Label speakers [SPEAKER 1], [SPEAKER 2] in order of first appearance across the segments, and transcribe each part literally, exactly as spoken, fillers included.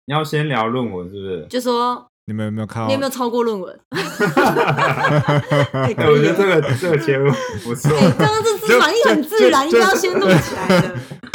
[SPEAKER 1] 你要先聊论文是不是？
[SPEAKER 2] 就说
[SPEAKER 3] 你们有没有看到？
[SPEAKER 2] 你有没有抄过论文？
[SPEAKER 1] 欸、我觉得这个这个切入不错。
[SPEAKER 2] 哎、欸，刚刚这反应很自然，应该要先录起来的。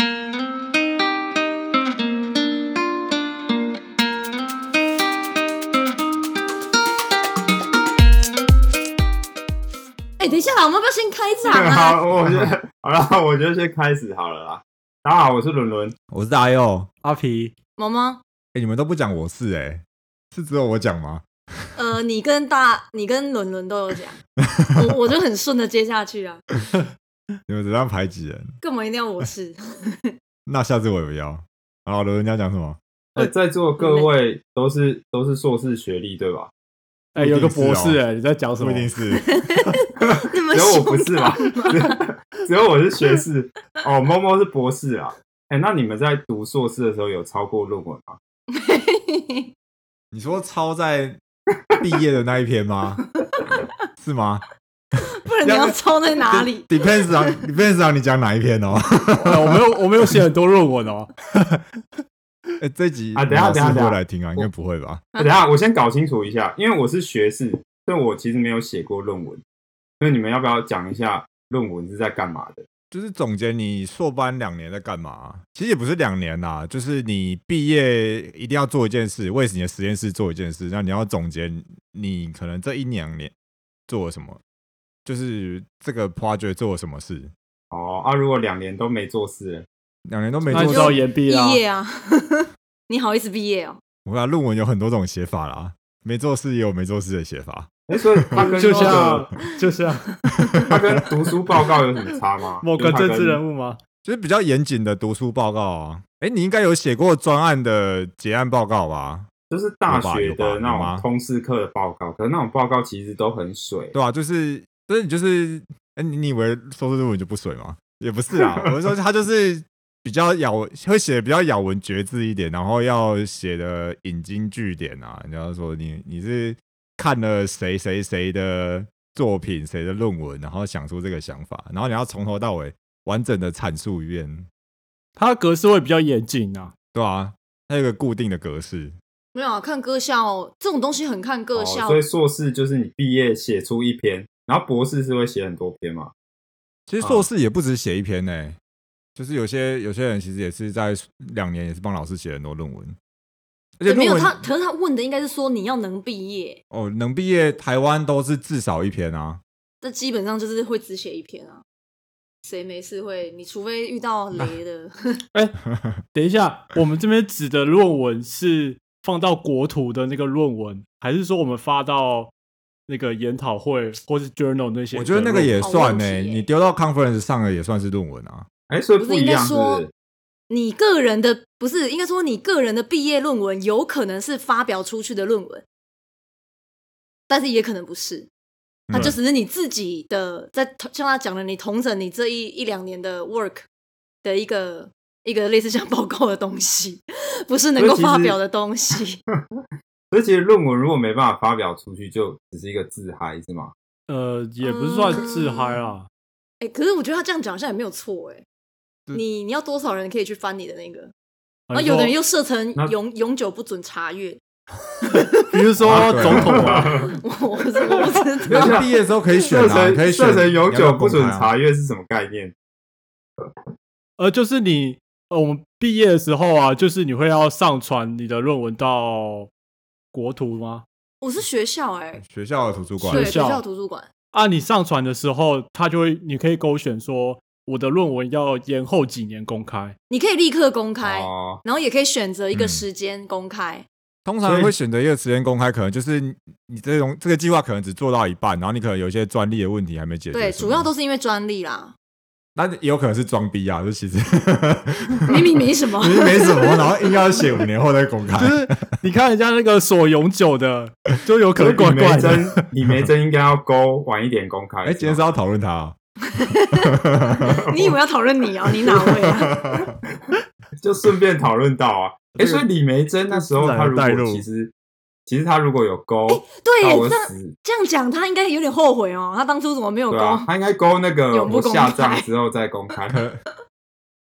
[SPEAKER 2] 哎、欸，等一下啦，我们要不要先开场啊？
[SPEAKER 1] 好，我觉得好了，我觉得先开始好了啦。大家好，我是伦伦，
[SPEAKER 3] 我是大佑，
[SPEAKER 4] 阿皮，
[SPEAKER 2] 毛毛。
[SPEAKER 3] 哎、欸，你们都不讲我是哎、欸，是只有我讲吗？
[SPEAKER 2] 呃，你跟大，你跟伦伦都有讲，我我就很顺的接下去啊。
[SPEAKER 3] 你们只当排挤人，
[SPEAKER 2] 干嘛一定要我是？
[SPEAKER 3] 那下次我也不要。好，伦伦要讲什么？
[SPEAKER 1] 欸、在座各位都是都是硕士学历对吧？
[SPEAKER 4] 哎、欸，有个博士哎、欸，你在讲什么？
[SPEAKER 3] 不一定是，
[SPEAKER 2] 你们
[SPEAKER 1] 只有我不是吧？只有我是学士哦，猫猫是博士啊。哎、欸，那你们在读硕士的时候有抄过论文吗？
[SPEAKER 3] 你说抄在毕业的那一篇吗？是吗？
[SPEAKER 2] 不然你要抄在哪里
[SPEAKER 3] ？Depends on Depends on 你讲哪一篇哦。
[SPEAKER 4] 我没有我没有写很多论文哦。
[SPEAKER 3] 哎、欸，这集
[SPEAKER 1] 啊，等一下等一下等一下
[SPEAKER 3] 来听啊，应该不会吧？
[SPEAKER 1] 等一下，我先搞清楚一下，因为我是学士，所以我其实没有写过论文，所以你们要不要讲一下论文是在干嘛的？
[SPEAKER 3] 就是总结你硕班两年在干嘛？其实也不是两年啦，就是你毕业一定要做一件事，为你的实验室做一件事，那你要总结你可能这一两年做了什么，就是这个 project 做了什么事。
[SPEAKER 1] 哦啊，如果两年都没做事，
[SPEAKER 3] 两年都没做事，
[SPEAKER 4] 那就要延毕啦。
[SPEAKER 2] 毕业啊？你好意思毕业哦？
[SPEAKER 3] 我看论文有很多种写法啦，没做事也有没做事的写法。
[SPEAKER 1] 哎、欸，所以它跟、那個、
[SPEAKER 4] 就像就像
[SPEAKER 1] 它跟读书报告有什么差吗？
[SPEAKER 4] 某个政治人物吗？
[SPEAKER 3] 就是比较严谨的读书报告啊。哎、欸，你应该有写过专案的结案报告吧？
[SPEAKER 1] 就是大学的那种通识课的报告，可是那种报告其实都很水，
[SPEAKER 3] 对啊，就是就是你就是哎、欸，你以为硕士论文就不水吗？也不是啊，我是说他就是比较咬，会写比较咬文嚼字一点，然后要写的引经据典啊。你要说你你是看了谁谁谁的作品、谁的论文，然后想出这个想法，然后你要从头到尾完整的阐述一遍。
[SPEAKER 4] 它的格式会比较严谨啊，
[SPEAKER 3] 对啊，它有一个固定的格式。
[SPEAKER 2] 没有啊，看各校这种东西很看各校、
[SPEAKER 1] 哦，所以硕士就是你毕业写出一篇，然后博士是会写很多篇嘛。
[SPEAKER 3] 其实硕士也不止写一篇呢、欸，就是有些有些人其实也是在两年也是帮老师写很多论文。而且
[SPEAKER 2] 没有他，可是他问的应该是说你要能毕业
[SPEAKER 3] 哦，能毕业台湾都是至少一篇啊。
[SPEAKER 2] 这基本上就是会只写一篇啊，谁没事会？你除非遇到雷的。
[SPEAKER 4] 哎、欸，等一下，我们这边指的论文是放到国图的那个论文，还是说我们发到那个研讨会或是 journal 那些？
[SPEAKER 3] 我觉得那个也算呢、欸，你丢到 conference 上的也算是论文啊。
[SPEAKER 1] 哎、欸，所以不一样是不是？
[SPEAKER 2] 你个人的不是应该说你个人的毕业论文有可能是发表出去的论文，但是也可能不是，它就只是你自己的在像他讲的，你统整你这一一两年的 work 的一个一个类似像报告的东西，不是能够发表的东西。
[SPEAKER 1] 所以其实论文如果没办法发表出去，就只是一个自嗨是吗？
[SPEAKER 4] 呃，也不是算自嗨啦。
[SPEAKER 2] 哎、嗯欸，可是我觉得他这样讲好像也没有错哎、欸。你你要多少人可以去翻你的那个？然后有的人又设成永永久不准查阅，
[SPEAKER 4] 比如说总统啊，
[SPEAKER 2] 我我不知道。
[SPEAKER 3] 毕业的时候可以选啊，可以
[SPEAKER 1] 设成永久不准查阅是什么概念？
[SPEAKER 4] 呃，就是你呃，我们毕业的时候啊，就是你会要上传你的论文到国图吗？
[SPEAKER 2] 我是学校哎、欸，
[SPEAKER 3] 学校的图书馆，
[SPEAKER 2] 对，学校图书馆
[SPEAKER 4] 啊，你上传的时候，他就会，你可以勾选说。我的论文要延后几年公开，
[SPEAKER 2] 你可以立刻公开，
[SPEAKER 1] 哦、
[SPEAKER 2] 然后也可以选择一个时间公开、嗯。
[SPEAKER 3] 通常会选择一个时间公开，可能就是你这种这个计划可能只做到一半，然后你可能有一些专利的问题还没解决。
[SPEAKER 2] 对，主要都是因为专利啦。
[SPEAKER 3] 那也有可能是装逼啊，就其实
[SPEAKER 2] 明明没什么，
[SPEAKER 3] 明明没什么，然后硬要写五年后再公开。
[SPEAKER 4] 就是你看人家那个锁永久的，就有可能怪怪的。
[SPEAKER 1] 李梅珍应该要勾晚一点公开。
[SPEAKER 3] 哎、欸，今天是要讨论他、哦。
[SPEAKER 2] 你以为要讨论你啊？你哪位啊？
[SPEAKER 1] 就顺便讨论到啊，哎、欸，所以李梅珍那时候他如果其实其实他如果有勾，欸、
[SPEAKER 2] 对耶，这样这样讲他应该有点后悔哦，他当初怎么没有勾？
[SPEAKER 1] 啊、他应该勾那个我下葬之后再公开。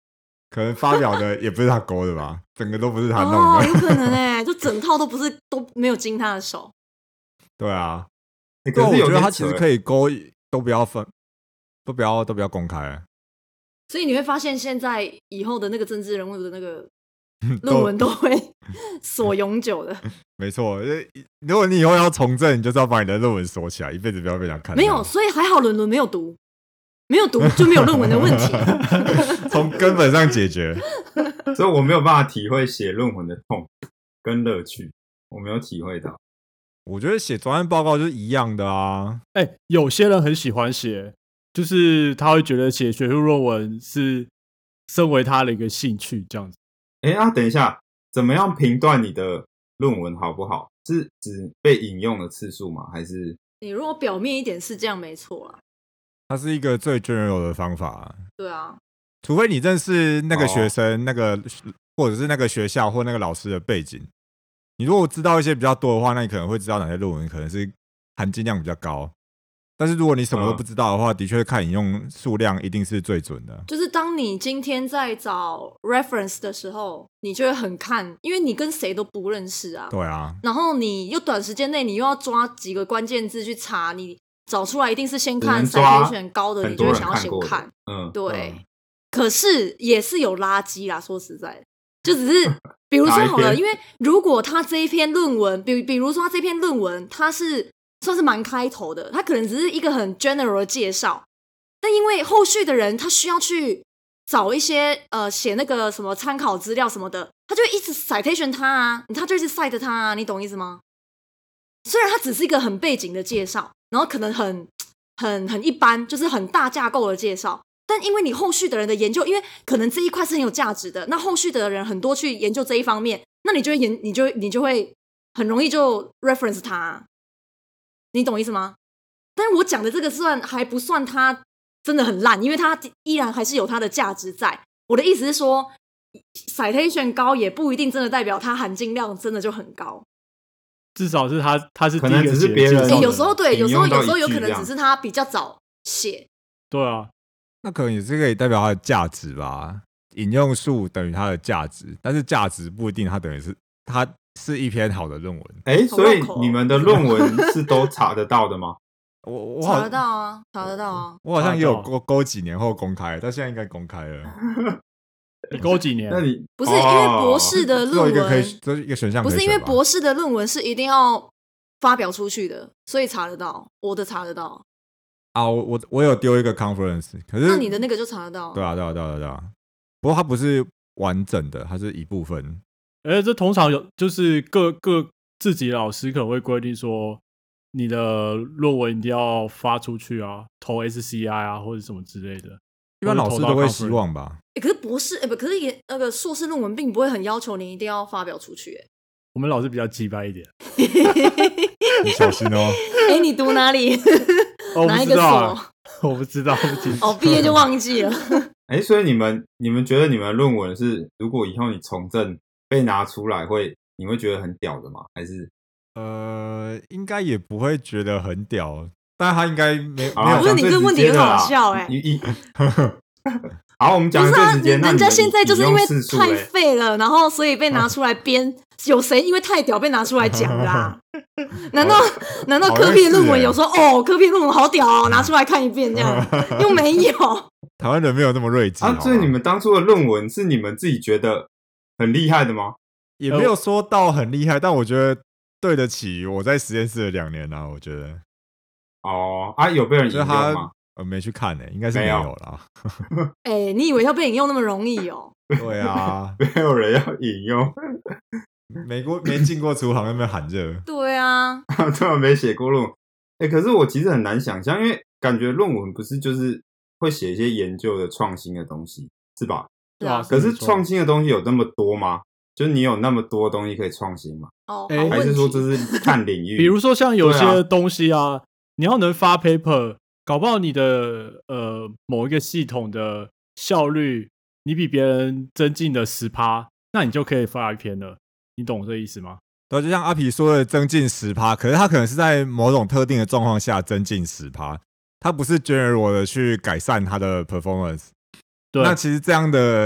[SPEAKER 3] 可能发表的也不是他勾的吧，整个都不是他弄的。
[SPEAKER 2] 哦，有可能哎、就整套都不是都没有经他的手。
[SPEAKER 3] 对啊，
[SPEAKER 1] 欸、
[SPEAKER 3] 对啊，
[SPEAKER 1] 可是有
[SPEAKER 3] 我觉得他其实可
[SPEAKER 1] 以，
[SPEAKER 3] 以勾，都不要分，都不要都不要公开。
[SPEAKER 2] 所以你会发现，现在以后的那个政治人物的那个论文都会锁永久的。
[SPEAKER 3] 没错，如果你以后要从政，你就是要把你的论文锁起来，一辈子不要被人家看到。
[SPEAKER 2] 没有，所以还好伦伦没有读，没有读就没有论文的问题，
[SPEAKER 3] 从根本上解决。
[SPEAKER 1] 所以我没有办法体会写论文的痛跟乐趣，我没有体会到。
[SPEAKER 3] 我觉得写专案报告就是一样的啊。
[SPEAKER 4] 哎、欸，有些人很喜欢写，就是他会觉得写学术论文是身为他的一个兴趣，这样子。
[SPEAKER 1] 哎、欸，啊，等一下，怎么样评断你的论文好不好？是指被引用的次数吗？还是
[SPEAKER 2] 你如果表面一点是这样，没错啦。
[SPEAKER 3] 它是一个最 general 的方法、啊。
[SPEAKER 2] 对啊，
[SPEAKER 3] 除非你认识那个学生、
[SPEAKER 1] 哦、
[SPEAKER 3] 那个或者是那个学校或那个老师的背景。你如果知道一些比较多的话，那你可能会知道哪些论文可能是含金量比较高。但是如果你什么都不知道的话，嗯、的确看引用数量一定是最准的。
[SPEAKER 2] 就是当你今天在找 reference 的时候，你就会很看，因为你跟谁都不认识啊。
[SPEAKER 3] 对啊。
[SPEAKER 2] 然后你又短时间内你又要抓几个关键字去查，你找出来一定是先看 citation 高的，你就会想要先看。
[SPEAKER 1] 嗯，
[SPEAKER 2] 对。
[SPEAKER 1] 嗯、
[SPEAKER 2] 可是也是有垃圾啦，说实在的，就只是比如说好了，因为如果他这一篇论文，比比如说他这篇论文，他是算是蛮开头的，他可能只是一个很 general 的介绍，但因为后续的人他需要去找一些呃写那个什么参考资料什么的，他就一直 citation 他啊，他就一直 cite 他啊，你懂意思吗？虽然他只是一个很背景的介绍，然后可能很很很一般，就是很大架构的介绍，但因为你后续的人的研究，因为可能这一块是很有价值的，那后续的人很多去研究这一方面，那你就会研，你就你就会很容易就 reference 他啊，你懂意思吗？但是我讲的这个算还不算他真的很烂，因为他依然还是有他的价值在。我的意思是说 citation 高也不一定真的代表它含金量真的就很高，
[SPEAKER 4] 至少是他他是第一个
[SPEAKER 1] 写别人、
[SPEAKER 2] 欸、有时候对，有时候有时候有可能只是他比较早写。
[SPEAKER 4] 对啊，
[SPEAKER 3] 那可能也是可以代表它的价值吧，引用数等于它的价值，但是价值不一定它等于是它是一篇好的论文。
[SPEAKER 1] 哎、欸，所以你们的论文是都查得到的吗？
[SPEAKER 3] 我我
[SPEAKER 2] 查得到啊，查得到啊。
[SPEAKER 3] 我好像也有勾勾几年后公开，但现在应该公开了。
[SPEAKER 4] 你勾几年？
[SPEAKER 1] 那你
[SPEAKER 2] 不是、哦、因为博士的论文，
[SPEAKER 3] 一个可以，这是一个选项，
[SPEAKER 2] 不是因为博士的论文是一定要发表出去的，所以查得到，我的查得到。
[SPEAKER 3] 啊，我我我有丢一个 conference， 可是
[SPEAKER 2] 那你的那个就查得到。
[SPEAKER 3] 对啊，对啊，对啊，对啊。不过它不是完整的，它是一部分。
[SPEAKER 4] 哎，这通常有就是各各自己老师可能会规定说，你的论文一定要发出去啊，投 S C I 啊或者什么之类的。
[SPEAKER 3] 一般老师都会希望吧。
[SPEAKER 2] 欸、可是博士，哎、欸、不，可是也那个硕士论文并不会很要求你一定要发表出去、欸。
[SPEAKER 4] 我们老师比较鸡掰一点，
[SPEAKER 3] 你小心哦。
[SPEAKER 2] 哎、欸，你读哪里？
[SPEAKER 4] 哦、
[SPEAKER 2] 哪一个所？
[SPEAKER 4] 我不知道，不清楚。
[SPEAKER 2] 哦，毕业就忘记了。
[SPEAKER 1] 哎、欸，所以你们你们觉得你们的论文是，如果以后你从政被拿出来会，你会觉得很屌的吗？还是？
[SPEAKER 3] 呃，应该也不会觉得很屌，但他应该没
[SPEAKER 1] 啊、
[SPEAKER 3] 没有。
[SPEAKER 2] 不是你这个问题很好笑哎、
[SPEAKER 1] 欸。好，我们讲
[SPEAKER 2] 不是啊，人家现在就是因为太
[SPEAKER 1] 废
[SPEAKER 2] 废了，然后所以被拿出来编。有谁因为太屌被拿出来讲的啊？难道难道科比论文有说、欸、哦，科比论文好屌哦，拿出来看一遍这样？又没有。
[SPEAKER 3] 台湾人没有那么睿智
[SPEAKER 1] 啊！所以你们当初的论文是你们自己觉得很厉害的吗？
[SPEAKER 3] 也没有说到很厉害，但我觉得对得起我在实验室的两年啊，我觉得。
[SPEAKER 1] 哦啊，有被人引用吗？
[SPEAKER 3] 呃，没去看呢、欸，应该是没有啦。
[SPEAKER 2] 哎、欸，你以為要被引用那麼容易哦？
[SPEAKER 3] 对啊，
[SPEAKER 1] 没有人要引用。
[SPEAKER 3] 美國沒進過廚房，那邊喊熱。
[SPEAKER 2] 對啊，
[SPEAKER 1] 突然沒寫過論文。哎、欸，可是我其實很難想象，因為感覺論文不是就是會寫一些研究的創新的東西，是吧？
[SPEAKER 2] 對啊。
[SPEAKER 1] 可是創新的東西有那麼多嗎？就是你有那麼多東西可以創新嗎？
[SPEAKER 2] 哦，
[SPEAKER 4] 欸、
[SPEAKER 1] 還是說這是看領域？
[SPEAKER 4] 比如說像有些東西啊，啊你要能發 paper，搞不好你的呃某一個系統的效率，你比別人增進了 百分之十， 那你就可以發一篇了。你懂這意思嗎？
[SPEAKER 3] 對，就像阿皮說的增進 百分之十， 可是他可能是在某種特定的狀況下增進 百分之十， 他不是 general 的去改善他的 performance。對，那其實這樣的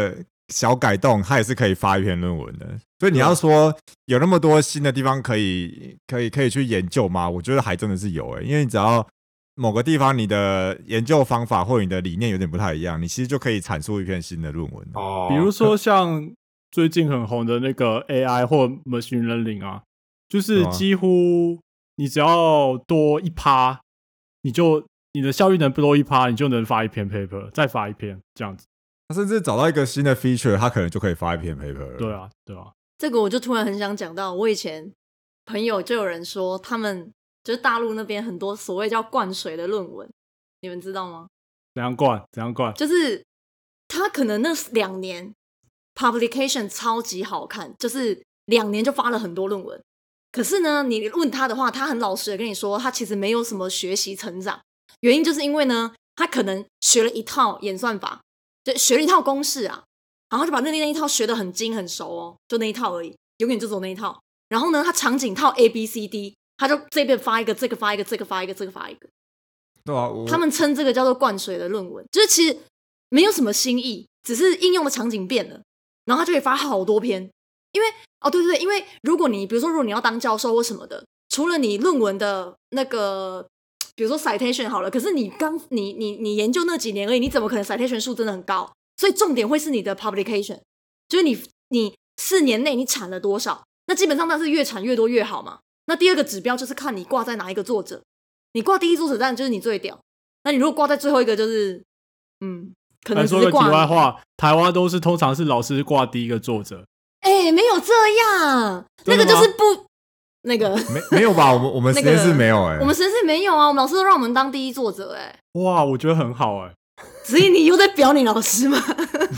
[SPEAKER 3] 小改动，它也是可以发一篇论文的。所以你要说有那么多新的地方可以可以可以去研究吗？我觉得还真的是有诶、欸，因为你只要某个地方你的研究方法或你的理念有点不太一样，你其实就可以产出一篇新的论文。
[SPEAKER 1] 哦，
[SPEAKER 4] 比如说像最近很红的那个 A I 或 Machine Learning 啊，就是几乎你只要多一趴，你就你的效率能多一趴，你就能发一篇 paper， 再发一篇这样子。
[SPEAKER 3] 他甚至找到一个新的 feature， 他可能就可以发一篇 paper 了。
[SPEAKER 4] 对啊，对啊。
[SPEAKER 2] 这个我就突然很想讲到，我以前朋友就有人说，他们就是大陆那边很多所谓叫灌水的论文，你们知道吗？
[SPEAKER 4] 怎样灌？怎样灌？
[SPEAKER 2] 就是他可能那两年 publication 超级好看，就是两年就发了很多论文。可是呢，你问他的话，他很老实的跟你说，他其实没有什么学习成长。原因就是因为呢，他可能学了一套演算法，就学了一套公式啊，然后就把那那一套学得很精很熟哦，就那一套而已，永远就走那一套。然后呢，他场景套 A B C D， 他就这边发一个，这个发一个，这个发一个，这个发一个。
[SPEAKER 3] 对啊，
[SPEAKER 2] 他们称这个叫做灌水的论文，就是其实没有什么新意，只是应用的场景变了，然后他就可以发好多篇。因为哦，对对对，因为如果你比如说如果你要当教授或什么的，除了你论文的那个，比如说 citation 好了，可是你刚你你你研究那几年而已，你怎么可能 citation 数真的很高？所以重点会是你的 publication， 就是你你四年内你产了多少，那基本上那是越产越多越好嘛。那第二个指标就是看你挂在哪一个作者，你挂第一作者当然就是你最屌，那你如果挂在最后一个就是嗯，可能只是挂。
[SPEAKER 4] 说个题外话，台湾都是通常是老师挂第一个作者。
[SPEAKER 2] 哎、欸，没有这样，那个就是不那个
[SPEAKER 3] 没没有吧？我们我们实验室没有哎、欸，
[SPEAKER 2] 我们实验室没有啊，我们老师都让我们当第一作者哎、欸。
[SPEAKER 4] 哇，我觉得很好哎、
[SPEAKER 2] 欸。所以你又在表你老师吗？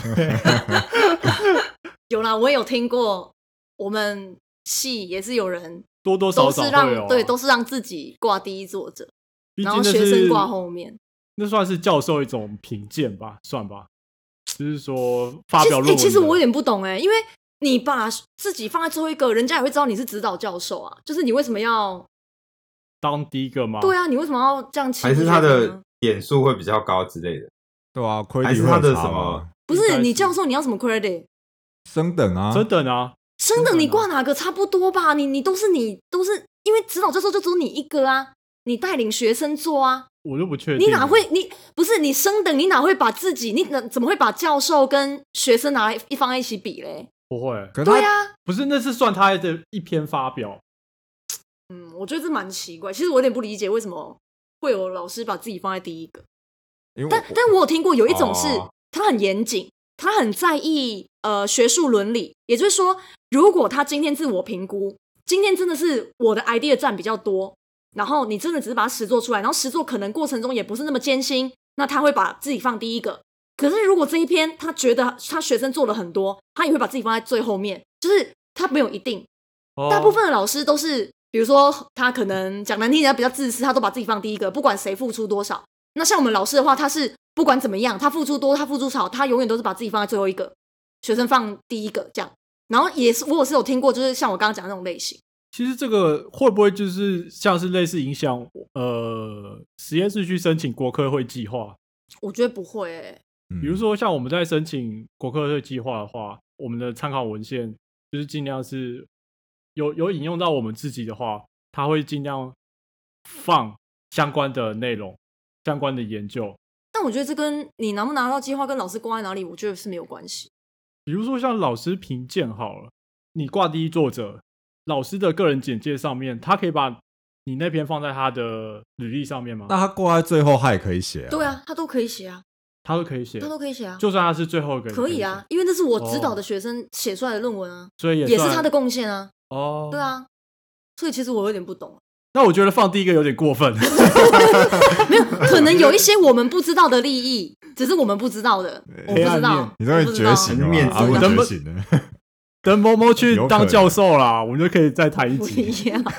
[SPEAKER 2] 有啦，我也有听过，我们系也是有人
[SPEAKER 4] 多多少少会有、啊，
[SPEAKER 2] 对，都是让自己挂第一作者，然后
[SPEAKER 4] 学
[SPEAKER 2] 生挂后面。
[SPEAKER 4] 那算是教授一种评鉴吧，算吧。就是说发表论文、
[SPEAKER 2] 欸。其实我有点不懂哎、欸，因为你把自己放在最后一个，人家也会知道你是指导教授啊。就是你为什么要
[SPEAKER 4] 当第一个吗？
[SPEAKER 2] 对啊，你为什么要这样？
[SPEAKER 1] 还是他的点数会比较高之类的？
[SPEAKER 3] 对啊，
[SPEAKER 1] 还是他的什么？
[SPEAKER 2] 不是你教授，你要什么 credit？
[SPEAKER 3] 升等啊，
[SPEAKER 4] 升等啊，
[SPEAKER 2] 升等你挂哪个差不多吧？你你都是你都是因为指导教授就只有你一个啊，你带领学生做啊。
[SPEAKER 4] 我就不确定，
[SPEAKER 2] 你哪会？你不是你升等，你哪会把自己？你怎么会把教授跟学生拿来一放在一起比嘞？
[SPEAKER 4] 不会，
[SPEAKER 2] 对啊，
[SPEAKER 4] 不是，那是算他的一篇发表。
[SPEAKER 2] 嗯，我觉得这蛮奇怪。其实我有点不理解为什么会有老师把自己放在第一个。但但我有听过有一种是、哦、他很严谨，他很在意呃学术伦理，也就是说，如果他今天自我评估，今天真的是我的 idea 占比较多，然后你真的只是把它实作出来，然后实作可能过程中也不是那么艰辛，那他会把自己放第一个。可是如果这一篇他觉得他学生做了很多，他也会把自己放在最后面，就是他没有一定。哦、大部分的老师都是，比如说他可能讲难听点比较自私，他都把自己放第一个，不管谁付出多少。那像我们老师的话，他是不管怎么样，他付出多他付出少，他永远都是把自己放在最后一个，学生放第一个这样。然后也是我也是有听过，就是像我刚刚讲的那种类型。
[SPEAKER 4] 其实这个会不会就是像是类似影响呃实验室去申请国科会计划？
[SPEAKER 2] 我觉得不会诶、欸。
[SPEAKER 4] 比如说像我们在申请国科会计划的话，我们的参考文献就是尽量是有有引用到我们自己的话，他会尽量放相关的内容、相关的研究。
[SPEAKER 2] 但我觉得这跟你拿不拿到计划跟老师挂在哪里，我觉得是没有关系。
[SPEAKER 4] 比如说像老师评鉴好了，你挂第一作者，老师的个人简介上面，他可以把你那篇放在他的履历上面吗？
[SPEAKER 3] 那他挂在最后，他也可以写啊。
[SPEAKER 2] 对啊，他都可以写啊。
[SPEAKER 4] 他都可以写，
[SPEAKER 2] 他都可以写啊，
[SPEAKER 4] 就算他是最后一个
[SPEAKER 2] 可以啊，因为那是我指导的学生写出来的论文啊，
[SPEAKER 4] 所以 也,
[SPEAKER 2] 也是他的贡献啊。
[SPEAKER 4] 哦，
[SPEAKER 2] 对啊，所以其实我有点不懂。
[SPEAKER 4] 那我觉得放第一个有点过分。
[SPEAKER 2] 没有，可能有一些我们不知道的利益，只是我们不知道的，我不知道。
[SPEAKER 3] 你终于觉醒了，面子觉醒了。
[SPEAKER 4] 等某某去当教授啦，我们就可以再谈一集。
[SPEAKER 2] 不要。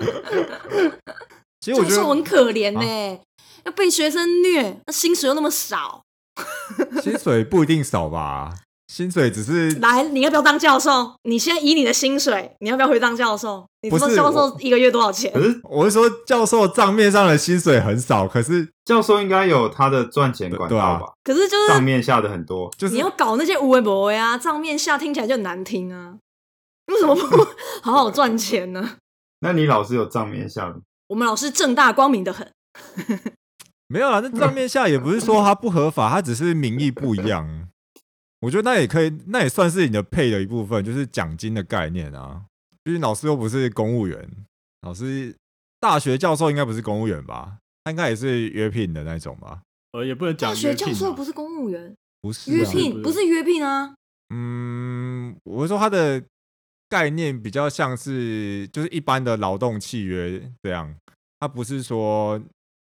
[SPEAKER 3] 其实我觉得
[SPEAKER 2] 教授很可怜呢、欸啊，要被学生虐，那薪水又那么少。
[SPEAKER 3] 薪水不一定少吧？ 薪水只是
[SPEAKER 2] 来，你要不要当教授？你先以你的薪水，你要不要回当教授？你知道
[SPEAKER 3] 不是
[SPEAKER 2] 教授一个月多少钱？
[SPEAKER 1] 可是
[SPEAKER 3] 我是说教授账面上的薪水很少，可是
[SPEAKER 1] 教授应该有他的赚钱管
[SPEAKER 3] 对啊
[SPEAKER 1] 道吧？
[SPEAKER 2] 可是就是
[SPEAKER 1] 账面下的很多，
[SPEAKER 3] 就是
[SPEAKER 2] 你要搞那些无为不为啊，账面下听起来就很难听啊。为什么不好好赚钱呢？
[SPEAKER 1] 那你老师有账面下的？
[SPEAKER 2] 我们老师正大光明的很。
[SPEAKER 3] 没有啦，那账面下也不是说它不合法，它只是名义不一样。我觉得那也可以，那也算是你的配的一部分，就是奖金的概念啊。毕竟老师又不是公务员，老师大学教授应该不是公务员吧？他应该也是约聘的那种吧？
[SPEAKER 4] 呃，也不能讲
[SPEAKER 2] 大学
[SPEAKER 4] 约聘啊
[SPEAKER 2] 教授不是公务员，
[SPEAKER 3] 不是、啊、
[SPEAKER 2] 约聘不是约聘啊。
[SPEAKER 3] 嗯，我是说他的概念比较像是就是一般的劳动契约这样，他不是说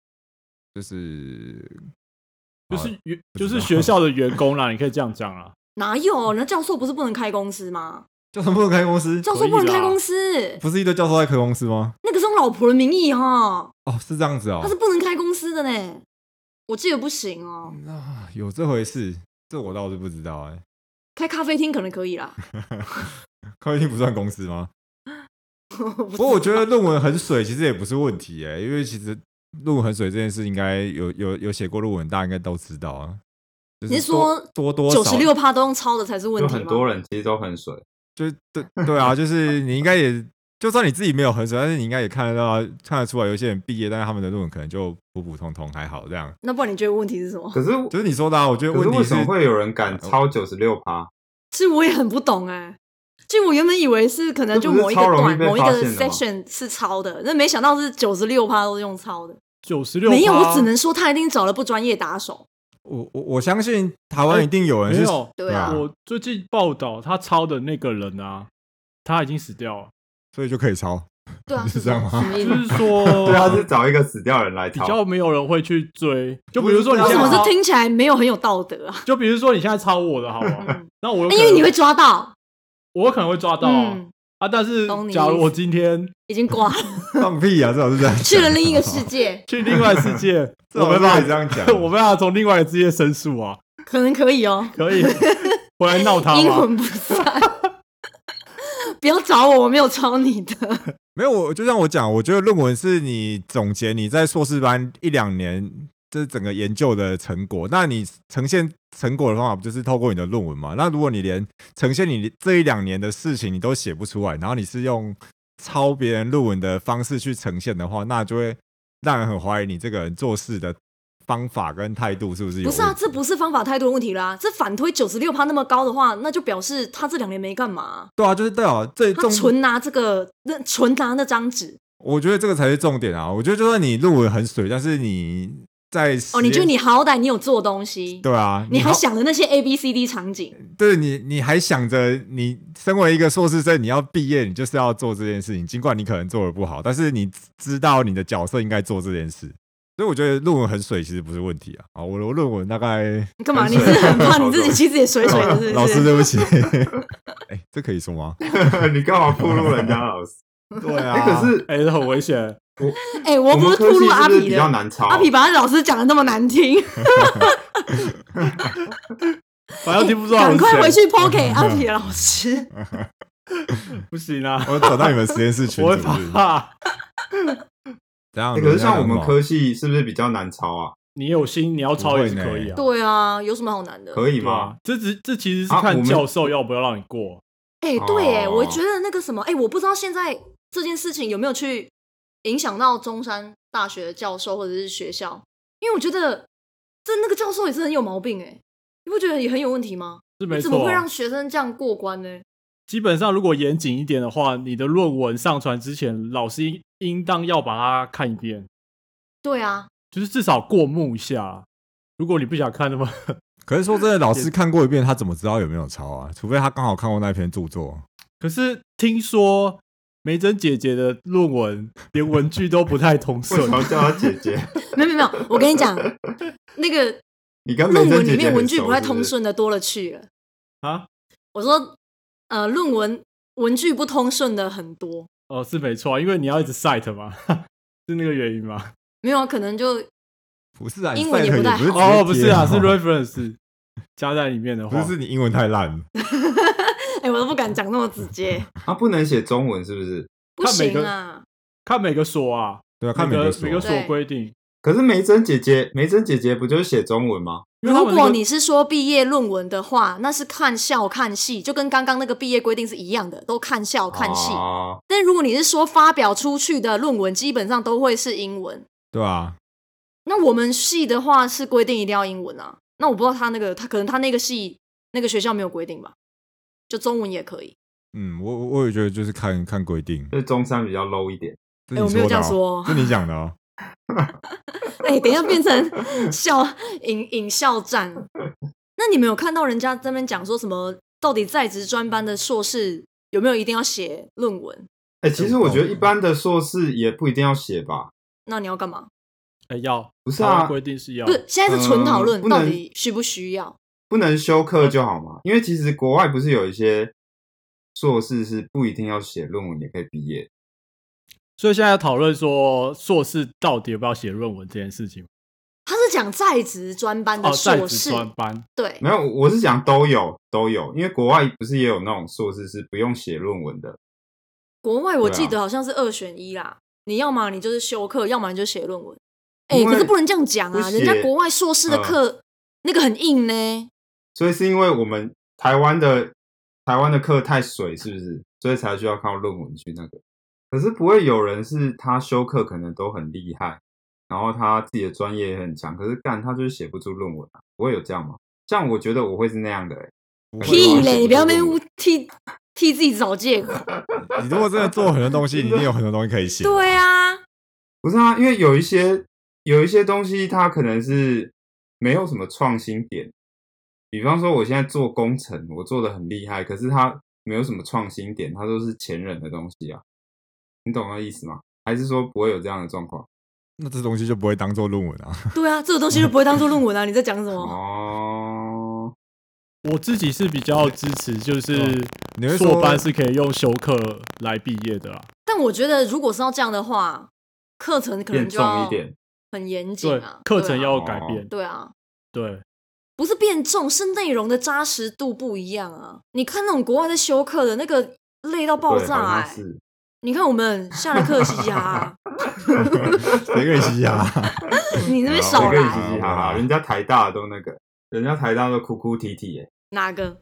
[SPEAKER 3] 就是
[SPEAKER 4] 就是员
[SPEAKER 3] 不知道
[SPEAKER 4] 就是学校的员工啦，你可以这样讲啦。
[SPEAKER 2] 哪有？那教授不是不能开公司吗？
[SPEAKER 3] 教授不能开公司，
[SPEAKER 2] 教授不能开公司，
[SPEAKER 3] 不是一堆教授在开公司吗？
[SPEAKER 2] 那个是用老婆的名义哈。
[SPEAKER 3] 哦，是这样子哦。
[SPEAKER 2] 他是不能开公司的呢，我记得不行哦。
[SPEAKER 3] 啊，有这回事，这我倒是不知道哎、
[SPEAKER 2] 开咖啡厅可能可以啦。
[SPEAKER 3] 咖啡厅不算公司吗？
[SPEAKER 2] 不
[SPEAKER 3] 不过我觉得论文很水其实也不是问题哎、因为其实论文很水这件事，应该有有有写过论文，大家应该都知道啊。就是
[SPEAKER 2] 你是说
[SPEAKER 3] 多多少
[SPEAKER 2] 九十六趴都用抄的才是问
[SPEAKER 1] 有
[SPEAKER 2] 题吗？
[SPEAKER 1] 很多人其实都很水，
[SPEAKER 3] 就对对啊，就是你应该也，就算你自己没有很水，但是你应该也看得到看得出来，有些人毕业，但是他们的论文可能就普普通通还好这样。
[SPEAKER 2] 那不然你觉得问题是什么？
[SPEAKER 1] 可是
[SPEAKER 3] 就是你说的啊，我觉得
[SPEAKER 1] 可是
[SPEAKER 3] 问题
[SPEAKER 1] 为什么会有人敢抄九十六趴？
[SPEAKER 2] 其实我也很不懂哎、就我原本以为是可能就某一个
[SPEAKER 1] 这不是超容易被
[SPEAKER 2] 段某一个
[SPEAKER 1] 发现的吗
[SPEAKER 2] section 是抄的，那没想到是九十六趴都是用抄的。
[SPEAKER 4] 九十六
[SPEAKER 2] 没有，我只能说他一定找了不专业打手。
[SPEAKER 3] 我我我相信台湾一定有人是，
[SPEAKER 4] 没有。
[SPEAKER 2] 对啊，
[SPEAKER 4] 我最近报道他抄的那个人啊，他已经死掉了。
[SPEAKER 3] 所以就可以抄。
[SPEAKER 2] 对啊，
[SPEAKER 3] 是这样吗
[SPEAKER 2] 什么意思？
[SPEAKER 4] 就是说，
[SPEAKER 1] 对啊，是找一个死掉的人来抄。
[SPEAKER 4] 比较没有人会去追。就比如说你
[SPEAKER 2] 为什么
[SPEAKER 4] 现在抄
[SPEAKER 2] 是听起来没有很有道德啊？
[SPEAKER 4] 就比如说你现在抄我的好了，
[SPEAKER 2] 嗯
[SPEAKER 4] 那我有可能
[SPEAKER 2] 因为你会抓到，
[SPEAKER 4] 我有可能会抓到啊。
[SPEAKER 2] 嗯，
[SPEAKER 4] 啊但是
[SPEAKER 2] 懂你
[SPEAKER 4] 假如我
[SPEAKER 2] 意思
[SPEAKER 4] 今天
[SPEAKER 2] 已经挂了，
[SPEAKER 3] 放屁啊！最好是这样讲，
[SPEAKER 2] 去了另一个世界，
[SPEAKER 4] 去另外世界，
[SPEAKER 3] 最好是
[SPEAKER 4] 我没办法，
[SPEAKER 3] 可以这样讲。
[SPEAKER 4] 我没办法从另外一个世界申诉啊。
[SPEAKER 2] 可能可以哦。
[SPEAKER 4] 可以回来闹他吗？
[SPEAKER 2] 阴魂不散，不要找我，我没有抄你的。
[SPEAKER 3] 没有，我就像我讲，我觉得论文是你总结你在硕士班一两年这整个研究的成果，那你呈现成果的方法不就是透过你的论文嘛？那如果你连呈现你这一两年的事情你都写不出来，然后你是用抄别人论文的方式去呈现的话，那就会让人很怀疑你这个人做事的方法跟态度是不是有
[SPEAKER 2] 不是啊，
[SPEAKER 3] 问题
[SPEAKER 2] 这不是方法态度的问题啦。这反推九十六趴那么高的话，那就表示他这两年没干嘛，
[SPEAKER 3] 对啊，就是对啊，这
[SPEAKER 2] 他
[SPEAKER 3] 重
[SPEAKER 2] 纯拿这个那纯拿那张纸。
[SPEAKER 3] 我觉得这个才是重点啊！我觉得就算你论文很水，但是你在
[SPEAKER 2] 哦，你觉得
[SPEAKER 3] 实验
[SPEAKER 2] 你好歹你有做东西，
[SPEAKER 3] 对啊，
[SPEAKER 2] 你还
[SPEAKER 3] 好
[SPEAKER 2] 想了那些 A B C D 场景，
[SPEAKER 3] 对你，你还想着你身为一个硕士生，你要毕业，你就是要做这件事情。尽管你可能做的不好，但是你知道你的角色应该做这件事。所以我觉得论文很水其实不是问题啊。啊，我的论文大概
[SPEAKER 2] 你干嘛？
[SPEAKER 1] 很水
[SPEAKER 2] 你是很怕你自己其实也水水的，是不是？
[SPEAKER 3] 老师对不起，哎、这可以说吗？
[SPEAKER 1] 你干嘛暴露人家老师？
[SPEAKER 3] 对啊，
[SPEAKER 1] 哎，可是
[SPEAKER 4] 哎、这很危险。
[SPEAKER 2] 哎、我不
[SPEAKER 1] 我们
[SPEAKER 2] 是吐露
[SPEAKER 1] 科系是不是比
[SPEAKER 2] 阿皮的，
[SPEAKER 1] 较难抄？
[SPEAKER 2] 阿皮把他老师讲的那么难听，
[SPEAKER 4] 反正听不出来我
[SPEAKER 2] 赶
[SPEAKER 4] 是谁
[SPEAKER 2] 快回去抛给阿皮的老师。
[SPEAKER 4] 不行啊，
[SPEAKER 3] 我走到你们实验室群
[SPEAKER 4] 我会
[SPEAKER 3] 组是不是
[SPEAKER 4] 怕。
[SPEAKER 3] 怎样？
[SPEAKER 1] 欸可是像我们
[SPEAKER 3] 科
[SPEAKER 1] 科系是不是比较难抄啊？
[SPEAKER 4] 你有心，你要抄也是可以啊。
[SPEAKER 2] 对啊，有什么好难的？
[SPEAKER 1] 可以吗？
[SPEAKER 4] 对啊，这只这其实是
[SPEAKER 1] 啊我们
[SPEAKER 4] 看教授要不要让你过。
[SPEAKER 2] 哎、对，哎、
[SPEAKER 1] 哦
[SPEAKER 2] 我觉得那个什么，哎、我不知道现在这件事情有没有去影响到中山大学的教授或者是学校，因为我觉得这那个教授也是很有毛病，哎，你不觉得也很有问题吗？
[SPEAKER 4] 是没错啊
[SPEAKER 2] 你怎么会让。学生这样过关呢？
[SPEAKER 4] 基本上，如果严谨一点的话，你的论文上传之前，老师应应当要把它看一遍，
[SPEAKER 2] 对啊，
[SPEAKER 4] 就是至少过目一下。如果你不想看，那么
[SPEAKER 3] 可是说真的，老师看过一遍，他怎么知道有没有抄啊？除非他刚好看过那篇著作。
[SPEAKER 4] 可是听说梅珍姐姐的论文连文句都不太通
[SPEAKER 1] 为
[SPEAKER 4] 顺
[SPEAKER 1] 什，么要叫她姐姐？
[SPEAKER 2] 没有没有没有，我跟你讲，那个
[SPEAKER 1] 你跟
[SPEAKER 2] 论
[SPEAKER 1] 梅珍姐姐
[SPEAKER 2] 文里面文句
[SPEAKER 1] 很熟
[SPEAKER 2] 不太通
[SPEAKER 1] 是
[SPEAKER 2] 顺的多了去了。
[SPEAKER 4] 啊。
[SPEAKER 2] 我说，呃，论文文句不通顺的很多，
[SPEAKER 4] 哦，是没错啊，因为你要一直 cite 嘛，是那个原因吗？
[SPEAKER 2] 没有啊，可能就
[SPEAKER 3] 不是啊，
[SPEAKER 2] 英文也不太好
[SPEAKER 3] 你 cite
[SPEAKER 4] 哦，
[SPEAKER 3] 也不是直接贴
[SPEAKER 4] 不是啊，是 reference。 加在里面的话，
[SPEAKER 3] 不是是你英文太烂。
[SPEAKER 2] 哎、欸，我都不敢讲那么直接。
[SPEAKER 1] 他、啊、不能写中文是不是？
[SPEAKER 2] 不行啊，
[SPEAKER 4] 看每个所啊，
[SPEAKER 3] 对啊，看每个所
[SPEAKER 4] 每个所规定。
[SPEAKER 1] 可是梅珍姐姐，梅珍姐姐不就是写中文吗？
[SPEAKER 2] 如果你是说毕业论文的话，那是看校看系，就跟刚刚那个毕业规定是一样的，都看校看系。哦、但如果你是说发表出去的论文，基本上都会是英文。
[SPEAKER 3] 对啊。
[SPEAKER 2] 那我们系的话是规定一定要英文啊。那我不知道他那个，他可能他那个系那个学校没有规定吧，就中文也可以。
[SPEAKER 3] 嗯，我我也觉得就是看看规定，
[SPEAKER 1] 就是中山比较 low 一点。
[SPEAKER 2] 哎、欸，我没有这样说，
[SPEAKER 3] 是你讲的哦。
[SPEAKER 2] 哎、欸，等一下变成校引引校战。那你们有看到人家在那边讲说什么？到底在职专班的硕士有没有一定要写论文？
[SPEAKER 1] 哎、欸，其实我觉得一般的硕士也不一定要写吧。
[SPEAKER 2] 那你要干嘛？
[SPEAKER 4] 哎、欸，要
[SPEAKER 1] 不是啊？
[SPEAKER 4] 规定是要，
[SPEAKER 2] 不是现在是纯讨论，
[SPEAKER 1] 呃、
[SPEAKER 2] 到底需不需要？
[SPEAKER 1] 不能修课就好嘛？因为其实国外不是有一些硕士是不一定要写论文也可以毕业。
[SPEAKER 4] 所以现在要讨论说硕士到底要不要写论文这件事情。
[SPEAKER 2] 他是讲在职专班的硕士，
[SPEAKER 4] 哦、在职专班
[SPEAKER 2] 对，
[SPEAKER 1] 没有，我是讲都有都有，因为国外不是也有那种硕士是不用写论文的。
[SPEAKER 2] 国外我记得好像是二选一啦，啊、你要么你就是修课，要么你就写论文。哎、欸，可是不能这样讲啊，人家国外硕士的课、呃、那个很硬呢。
[SPEAKER 1] 所以是因为我们台湾的台湾的课太水，是不是？所以才需要靠论文去那个。可是不会有人是他修课可能都很厉害，然后他自己的专业也很强，可是干他就是写不出论文啊，不会有这样吗？像我觉得我会是那样的、欸。
[SPEAKER 2] 屁嘞！你不要没替替自己找借口。
[SPEAKER 3] 你如果真的做很多东西，你一定有很多东西可以写。
[SPEAKER 2] 对啊，
[SPEAKER 1] 不是啊，因为有一些有一些东西它可能是没有什么创新点。比方说我现在做工程，我做的很厉害，可是它没有什么创新点，它都是前人的东西啊。你懂那意思吗？还是说不会有这样的状况？
[SPEAKER 3] 那这东西就不会当做论文啊？
[SPEAKER 2] 对啊，这个东西就不会当做论文啊！你在讲什么？
[SPEAKER 1] 哦，
[SPEAKER 4] 我自己是比较支持，就是硕班是可以用修课来毕业的啦。
[SPEAKER 2] 但我觉得如果是要这样的话，课程可能就要
[SPEAKER 1] 一点
[SPEAKER 2] 很严谨啊，
[SPEAKER 4] 课程要改变。
[SPEAKER 2] 对啊，
[SPEAKER 4] 对，
[SPEAKER 2] 不是变重，是内容的扎实度不一样啊！你看那种国外在修课的那个累到爆炸哎、欸！你看我们下了课嘻嘻哈哈，
[SPEAKER 3] 谁跟你嘻嘻哈哈？
[SPEAKER 2] 你那边少来，
[SPEAKER 1] 谁跟你嘻嘻哈哈？人家台大都那个，人家台大都哭哭啼啼耶。
[SPEAKER 2] 哪个？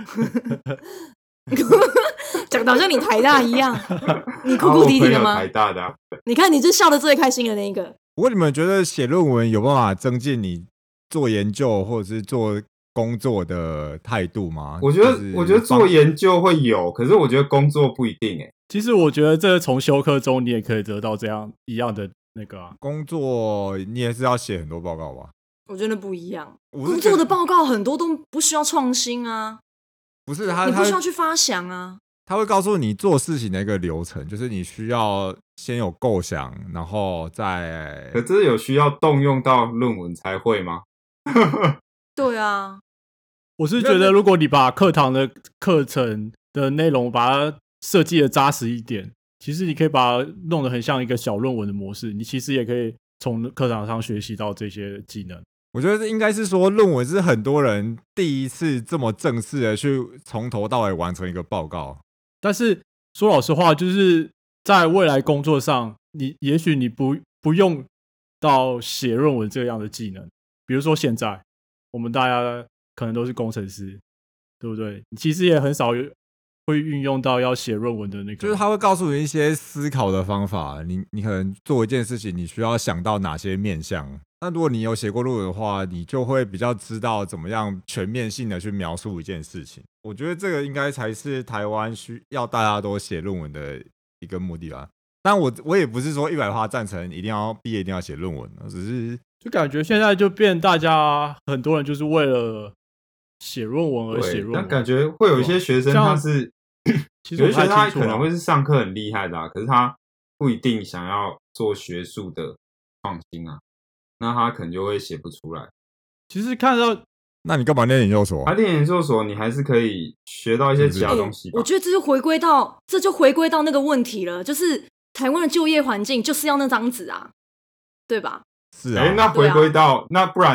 [SPEAKER 2] 讲的好像你台大一样，你哭哭啼啼的吗？
[SPEAKER 1] 台大的、啊，
[SPEAKER 2] 你看你就笑得最开心的那一个。
[SPEAKER 3] 不过你们觉得写论文有办法增进你做研究或者是做工作的态度吗？
[SPEAKER 1] 我觉得，
[SPEAKER 3] 就是、
[SPEAKER 1] 我觉得做研究会有，可是我觉得工作不一定诶。
[SPEAKER 4] 其实我觉得这从修课中你也可以得到这样一样的那个、啊、
[SPEAKER 3] 工作，你也是要写很多报告吧？
[SPEAKER 2] 我觉得不一样，工作的报告很多都不需要创新啊，
[SPEAKER 3] 不是他，
[SPEAKER 2] 你不需要去发想啊。
[SPEAKER 3] 他会告诉你做事情的一个流程，就是你需要先有构想，然后再……
[SPEAKER 1] 可这有需要动用到论文才会吗？
[SPEAKER 2] 对啊，
[SPEAKER 4] 我是觉得如果你把课堂的课程的内容把它设计的扎实一点，其实你可以把它弄得很像一个小论文的模式，你其实也可以从课堂上学习到这些技能。
[SPEAKER 3] 我觉得应该是说，论文是很多人第一次这么正式的去从头到尾完成一个报告。
[SPEAKER 4] 但是说老实话，就是在未来工作上，你也许你不不用到写论文这样的技能。比如说现在我们大家可能都是工程师，对不对？其实也很少会运用到要写论文的那个，
[SPEAKER 3] 就是他会告诉你一些思考的方法。你你可能做一件事情，你需要想到哪些面向。那如果你有写过论文的话，你就会比较知道怎么样全面性的去描述一件事情。我觉得这个应该才是台湾需要大家都写论文的一个目的吧。但我我也不是说一百趴赞成一定要毕业一定要写论文，只是
[SPEAKER 4] 就感觉现在就变大家很多人就是为了写论文而写论文。
[SPEAKER 1] 但感觉会有一些学生他是，
[SPEAKER 4] 其实
[SPEAKER 1] 有些学生他可能会是上课很厉害的、啊，可是他不一定想要做学术的创新啊。那他可能就会写不出来。
[SPEAKER 4] 其实看到，
[SPEAKER 3] 那你干嘛念研究所？
[SPEAKER 1] 他念研究所，你还是可以学到一些其他东西吧、
[SPEAKER 2] 欸。我觉得这就回归到，这就回归到那个问题了，就是台湾的就业环境就是要那张纸啊，对吧？
[SPEAKER 3] 是啊。
[SPEAKER 1] 欸、那回归到、啊、那不然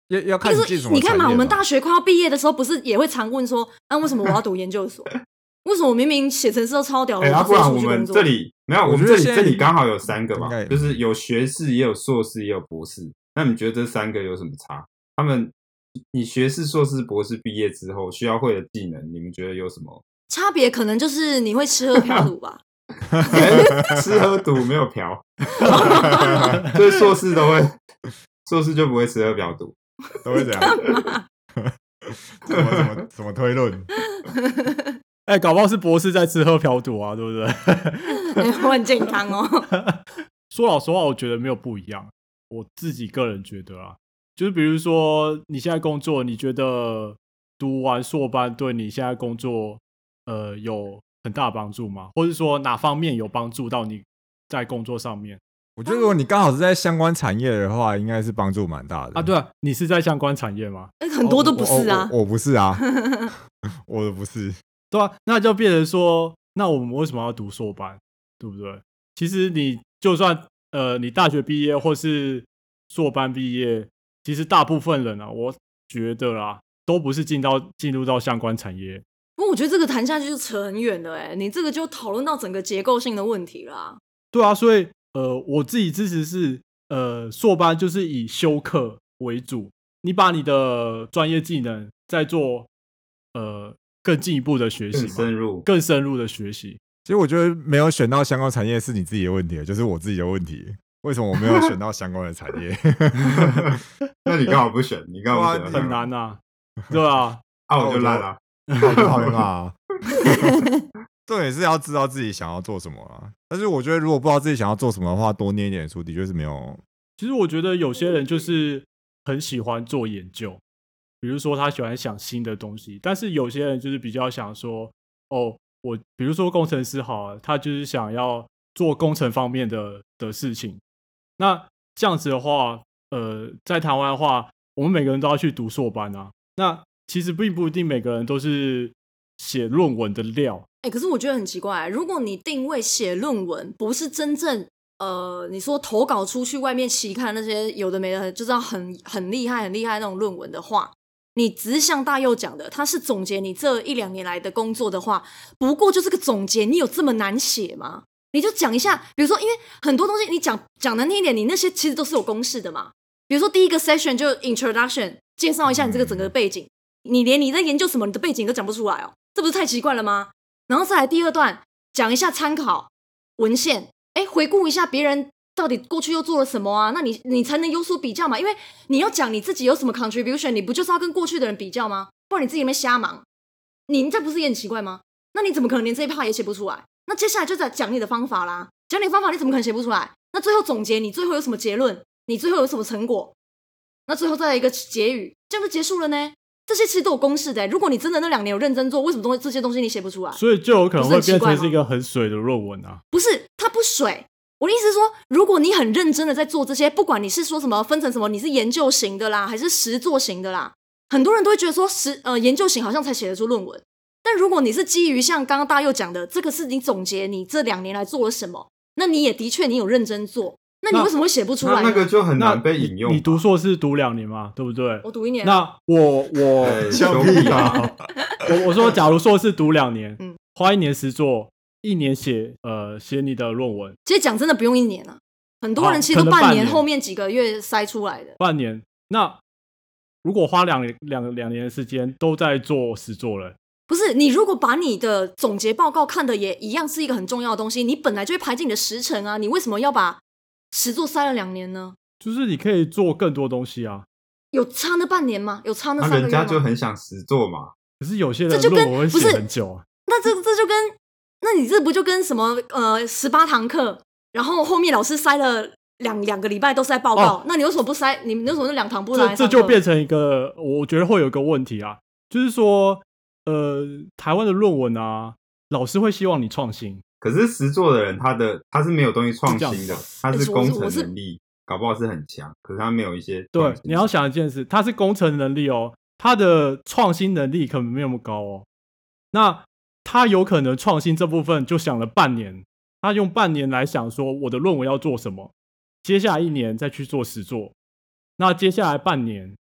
[SPEAKER 3] 要要看
[SPEAKER 2] 就是
[SPEAKER 3] 你进什么
[SPEAKER 2] 你看嘛，
[SPEAKER 3] 产业
[SPEAKER 2] 我们大学快要毕业的时候，不是也会常问说，啊，为什么我要读研究所？为什么我明明写程式都超屌的，
[SPEAKER 1] 哎、啊，
[SPEAKER 2] 我就直接
[SPEAKER 1] 不然我
[SPEAKER 2] 出去工作？
[SPEAKER 1] 们这里没有，我
[SPEAKER 3] 我
[SPEAKER 1] 们这里
[SPEAKER 3] 觉得现在
[SPEAKER 1] 这里刚好有三个吧
[SPEAKER 3] 应该，
[SPEAKER 1] 就是有学士，也有硕士，也有博士。那你觉得这三个有什么差？他们，你学士、硕士、博士毕业之后需要会的技能，你们觉得有什么？
[SPEAKER 2] 差别可能就是你会吃喝嫖赌吧。
[SPEAKER 1] 哎、吃喝赌没有嫖，所以硕士都会，硕士就不会吃喝嫖赌。
[SPEAKER 3] 都会这样。怎么怎么怎么推论？
[SPEAKER 4] 哎、搞不好是博士在吃喝嫖赌啊，对不对？
[SPEAKER 2] 哎我很健康哦。
[SPEAKER 4] 说老实话，我觉得没有不一样。我自己个人觉得啊，就是比如说你现在工作，你觉得读完硕班对你现在工作呃有很大的帮助吗？或者说哪方面有帮助到你在工作上面
[SPEAKER 3] 我觉得如果你刚好是在相关产业的话，应该是帮助蛮大的
[SPEAKER 4] 啊？对啊，你是在相关产业吗？
[SPEAKER 2] 哎很多都不是啊。
[SPEAKER 3] 我我我不是啊，我的不是。
[SPEAKER 4] 对啊，那就变成说，那我们为什么要读硕班，对不对？其实你就算呃，你大学毕业或是硕班毕业，其实大部分人啊，我觉得啦，都不是进到进入到相关产业。
[SPEAKER 2] 不过我觉得这个谈下去就扯很远了，哎，你这个就讨论到整个结构性的问题啦。
[SPEAKER 4] 对啊，所以呃，我自己支持是呃，硕班就是以修课为主，你把你的专业技能再做呃更进一步的学习
[SPEAKER 1] 更
[SPEAKER 4] 嘛，
[SPEAKER 1] 深入。
[SPEAKER 4] 更深入的学习。
[SPEAKER 3] 其实我觉得没有选到相关产业是你自己的问题，就是我自己的问题。为什么我没有选到相关的产业？
[SPEAKER 1] 那你刚好不选，你刚好不选，
[SPEAKER 4] 很难啊，对啊，
[SPEAKER 1] 啊，我就烂了。
[SPEAKER 3] 我就讨厌啊。重点是要知道自己想要做什么啊。但是我觉得，如果不知道自己想要做什么的话，多念一点书的确是没有。
[SPEAKER 4] 其实我觉得有些人就是很喜欢做研究，比如说他喜欢想新的东西，但是有些人就是比较想说，哦，我比如说工程师好了，他就是想要做工程方面的的事情。那这样子的话，呃，在台湾的话，我们每个人都要去读硕班啊。那其实并不一定每个人都是写论文的料。
[SPEAKER 2] 哎、可是我觉得很奇怪，如果你定位写论文不是真正呃，你说投稿出去外面期刊那些有的没的，就知道很很厉害很厉害那种论文的话，你只是像大佑讲的，他是总结你这一两年来的工作的话，不过就是个总结，你有这么难写吗？你就讲一下，比如说，因为很多东西你讲讲难听一点，你那些其实都是有公式的嘛。比如说第一个 session 就 introduction， 介绍一下你这个整个背景，你连你在研究什么，你的背景都讲不出来哦，这不是太奇怪了吗？然后再来第二段，讲一下参考文献，哎，回顾一下别人到底过去又做了什么啊？那你你才能有所比较嘛。因为你要讲你自己有什么 contribution， 你不就是要跟过去的人比较吗？不然你自己在那边瞎忙，你这不是也很奇怪吗？那你怎么可能连这一 part 也写不出来？那接下来就在讲你的方法啦，讲你的方法，你怎么可能写不出来？那最后总结，你最后有什么结论？你最后有什么成果？那最后再来一个结语，这样就结束了呢。这些其实都有公式的，如果你真的那两年有认真做，为什么东西这些东西你写不出来？
[SPEAKER 4] 所以就有可能会变成是一
[SPEAKER 2] 个
[SPEAKER 4] 个很水的论文啊。
[SPEAKER 2] 不是，它不水。我的意思是说，如果你很认真的在做这些，不管你是说什么分成什么，你是研究型的啦，还是实作型的啦，很多人都会觉得说实呃研究型好像才写得出论文。但如果你是基于像刚刚大佑讲的，这个是你总结你这两年来做了什么，那你也的确你有认真做，那你为什么会写不出来呢？
[SPEAKER 1] 那那个就很
[SPEAKER 4] 那
[SPEAKER 1] 难被引用。
[SPEAKER 4] 你读硕士读两年嘛，对不对？
[SPEAKER 2] 我读一年。
[SPEAKER 4] 那我我
[SPEAKER 1] 哎
[SPEAKER 3] 笑
[SPEAKER 1] 屁
[SPEAKER 3] 屁
[SPEAKER 1] 啊！
[SPEAKER 3] 啊！
[SPEAKER 4] 我我说，假如硕士读两年，
[SPEAKER 2] 嗯
[SPEAKER 4] 花一年实作，一年写呃写你的论文，
[SPEAKER 2] 其实讲真的不用一年啊，很多人其实都半年，
[SPEAKER 4] 好可能半年
[SPEAKER 2] 后面几个月筛出来的。
[SPEAKER 4] 半年。那如果花两两两年的时间都在做实作了，
[SPEAKER 2] 不是，你如果把你的总结报告看的也一样是一个很重要的东西，你本来就会排进你的时程啊，你为什么要把实作塞了两年呢？
[SPEAKER 4] 就是你可以做更多东西啊。
[SPEAKER 2] 有差那半年吗？有差那
[SPEAKER 1] 那
[SPEAKER 2] 三个月吗？
[SPEAKER 1] 人家就很想实做嘛。
[SPEAKER 4] 可是有些人
[SPEAKER 2] 这就跟
[SPEAKER 4] 论文会写
[SPEAKER 2] 不是
[SPEAKER 4] 很久啊。
[SPEAKER 2] 那这这就跟，那你这不就跟什么呃十八堂课，然后后面老师塞了两两个礼拜都是在报告，
[SPEAKER 4] 哦
[SPEAKER 2] 那你为什么不塞？你为什么那两堂不来
[SPEAKER 4] 这这就变成一个，我觉得会有一个问题啊，就是说，呃，台湾的论文啊，老师会希望你创新。
[SPEAKER 1] 可是实做的人，他的他是没有东西创新的
[SPEAKER 4] 是这样，
[SPEAKER 1] 他是
[SPEAKER 2] 哎我
[SPEAKER 1] 工程
[SPEAKER 2] 是我是
[SPEAKER 1] 能力，搞不好是很强，可是他没有一些
[SPEAKER 4] 对
[SPEAKER 1] 创，新
[SPEAKER 4] 你要想一件事，他是工程能力哦，他的创新能力可能没有那么高哦。那他有可能创新这部分就想了半年，他用半年来想说我的论文要做什么，接下来一年再去做实作，那接下来半年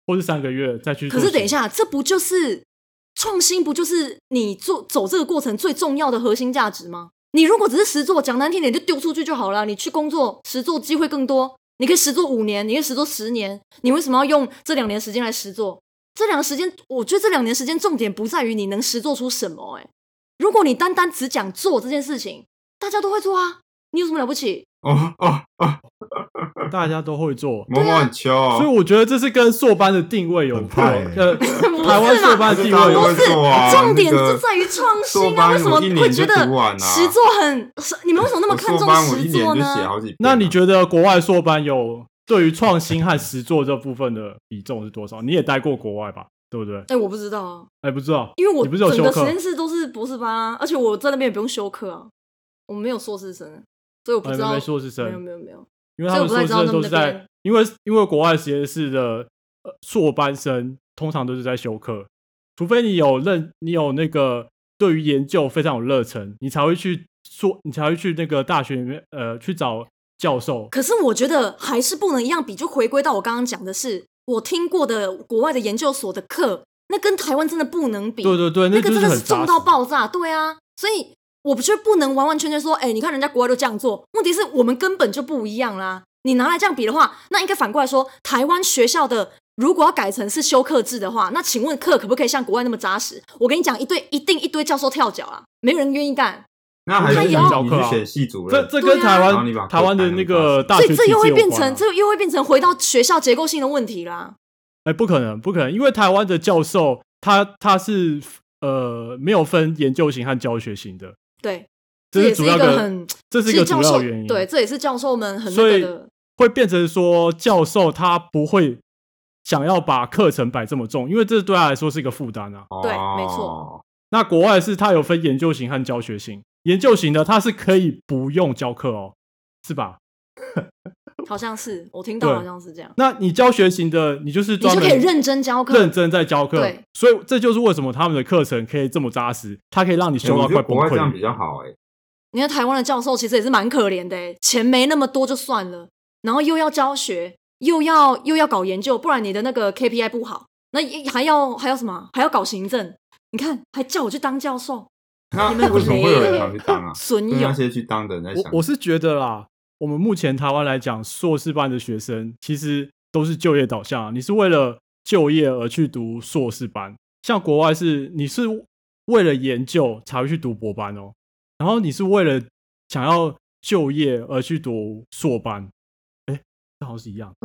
[SPEAKER 4] 或是三个月再去做。
[SPEAKER 2] 可是等一下，这不就是创新？不就是你做走这个过程最重要的核心价值吗？你如果只是实作，讲难听点就丢出去就好了。你去工作，实作机会更多，你可以实作五年，你可以实作十年，你为什么要用这两年时间来实作？这两个时间，我觉得这两年时间重点不在于你能实作出什么、欸。如果你单单只讲做这件事情，大家都会做啊，你有什么了不起？
[SPEAKER 1] 哦哦哦，
[SPEAKER 4] 大家都会做，
[SPEAKER 1] 某某很秋哦，
[SPEAKER 4] 所以我觉得这是跟硕班的定位有
[SPEAKER 3] 很派
[SPEAKER 4] 关。呃，台湾硕班的定位有
[SPEAKER 1] 不是啊
[SPEAKER 2] 重点
[SPEAKER 1] 那个
[SPEAKER 2] 就在于创新啊！
[SPEAKER 1] 硕班
[SPEAKER 2] 为什么
[SPEAKER 1] 我一年就
[SPEAKER 2] 会觉得
[SPEAKER 1] 读完啊
[SPEAKER 2] 实作很？你们为什么那么看重
[SPEAKER 1] 我硕班我一
[SPEAKER 2] 实作
[SPEAKER 1] 年就写
[SPEAKER 2] 呢？
[SPEAKER 1] 好几篇啊。
[SPEAKER 4] 那你觉得国外硕班有对于创新和实作这部分的比重是多少？你也待过国外吧，对不对？
[SPEAKER 2] 哎、欸，我不知道啊，
[SPEAKER 4] 哎，不知道，
[SPEAKER 2] 因为我
[SPEAKER 4] 你不是有
[SPEAKER 2] 整
[SPEAKER 4] 修课
[SPEAKER 2] 个实验室都是博士班啊，而且我在那边也不用修课啊，我们没有硕士生，所以我不知道。
[SPEAKER 4] 哦、没硕士生，
[SPEAKER 2] 没有没有没有，
[SPEAKER 4] 因为他们硕士生都是在，因为因为国外实验室的、呃、硕班生通常都是在修课，除非你有认，你有那个对于研究非常有热忱，你才会去硕，你才会去那个大学里面呃去找教授。
[SPEAKER 2] 可是我觉得还是不能一样比，就回归到我刚刚讲的是，我听过的国外的研究所的课，那跟台湾真的不能比。
[SPEAKER 4] 对对对，那
[SPEAKER 2] 个真的是重到爆炸。
[SPEAKER 4] 对
[SPEAKER 2] 啊，所以我觉得不能完完全全说，哎、欸，你看人家国外都这样做，问题是我们根本就不一样啦。你拿来这样比的话，那应该反过来说，台湾学校的如果要改成是修课制的话，那请问课可不可以像国外那么扎实？我跟你讲，一堆一定一堆教授跳脚啊，没有人愿意干。
[SPEAKER 1] 那还是你
[SPEAKER 4] 教课
[SPEAKER 1] 你去选系主任，
[SPEAKER 4] 这这跟台湾、
[SPEAKER 1] 啊、
[SPEAKER 4] 台湾的那个大学体制有关、啊，
[SPEAKER 2] 所以这又会变成这又会变成回到学校结构性的问题啦。
[SPEAKER 4] 哎，不可能，不可能，因为台湾的教授他他是呃没有分研究型和教学型的，
[SPEAKER 2] 对，
[SPEAKER 4] 这是主要
[SPEAKER 2] 的很，
[SPEAKER 4] 这是一个主要原因。
[SPEAKER 2] 对，这也是教授们很那个的，
[SPEAKER 4] 会变成说教授他不会想要把课程摆这么重，因为这对他来说是一个负担啊。
[SPEAKER 2] 对，没错。
[SPEAKER 4] 那国外是他有分研究型和教学型，研究型的他是可以不用教课哦，是吧？
[SPEAKER 2] 好像是，我听到好像是这样。
[SPEAKER 4] 那你教学型的，你就是专门
[SPEAKER 2] 你就可以认真教课，
[SPEAKER 4] 认真在教课。对，所以这就是为什么他们的课程可以这么扎实，它可以让你修到快崩溃。
[SPEAKER 1] 国外这样比较好哎、欸。
[SPEAKER 2] 你看台湾的教授其实也是蛮可怜的、欸，钱没那么多就算了，然后又要教学，又要又要搞研究，不然你的那个 K P I 不好，那还要还要什么？还要搞行政。你看，还叫我去当教授，
[SPEAKER 1] 那为什么会有人想去当啊？
[SPEAKER 2] 损友
[SPEAKER 1] 那些去当的人在想
[SPEAKER 4] 我，我是觉得啦，我们目前台湾来讲，硕士班的学生其实都是就业导向，你是为了就业而去读硕士班，像国外是你是为了研究才会去读博班哦，然后你是为了想要就业而去读硕班，哎，这好像是一样。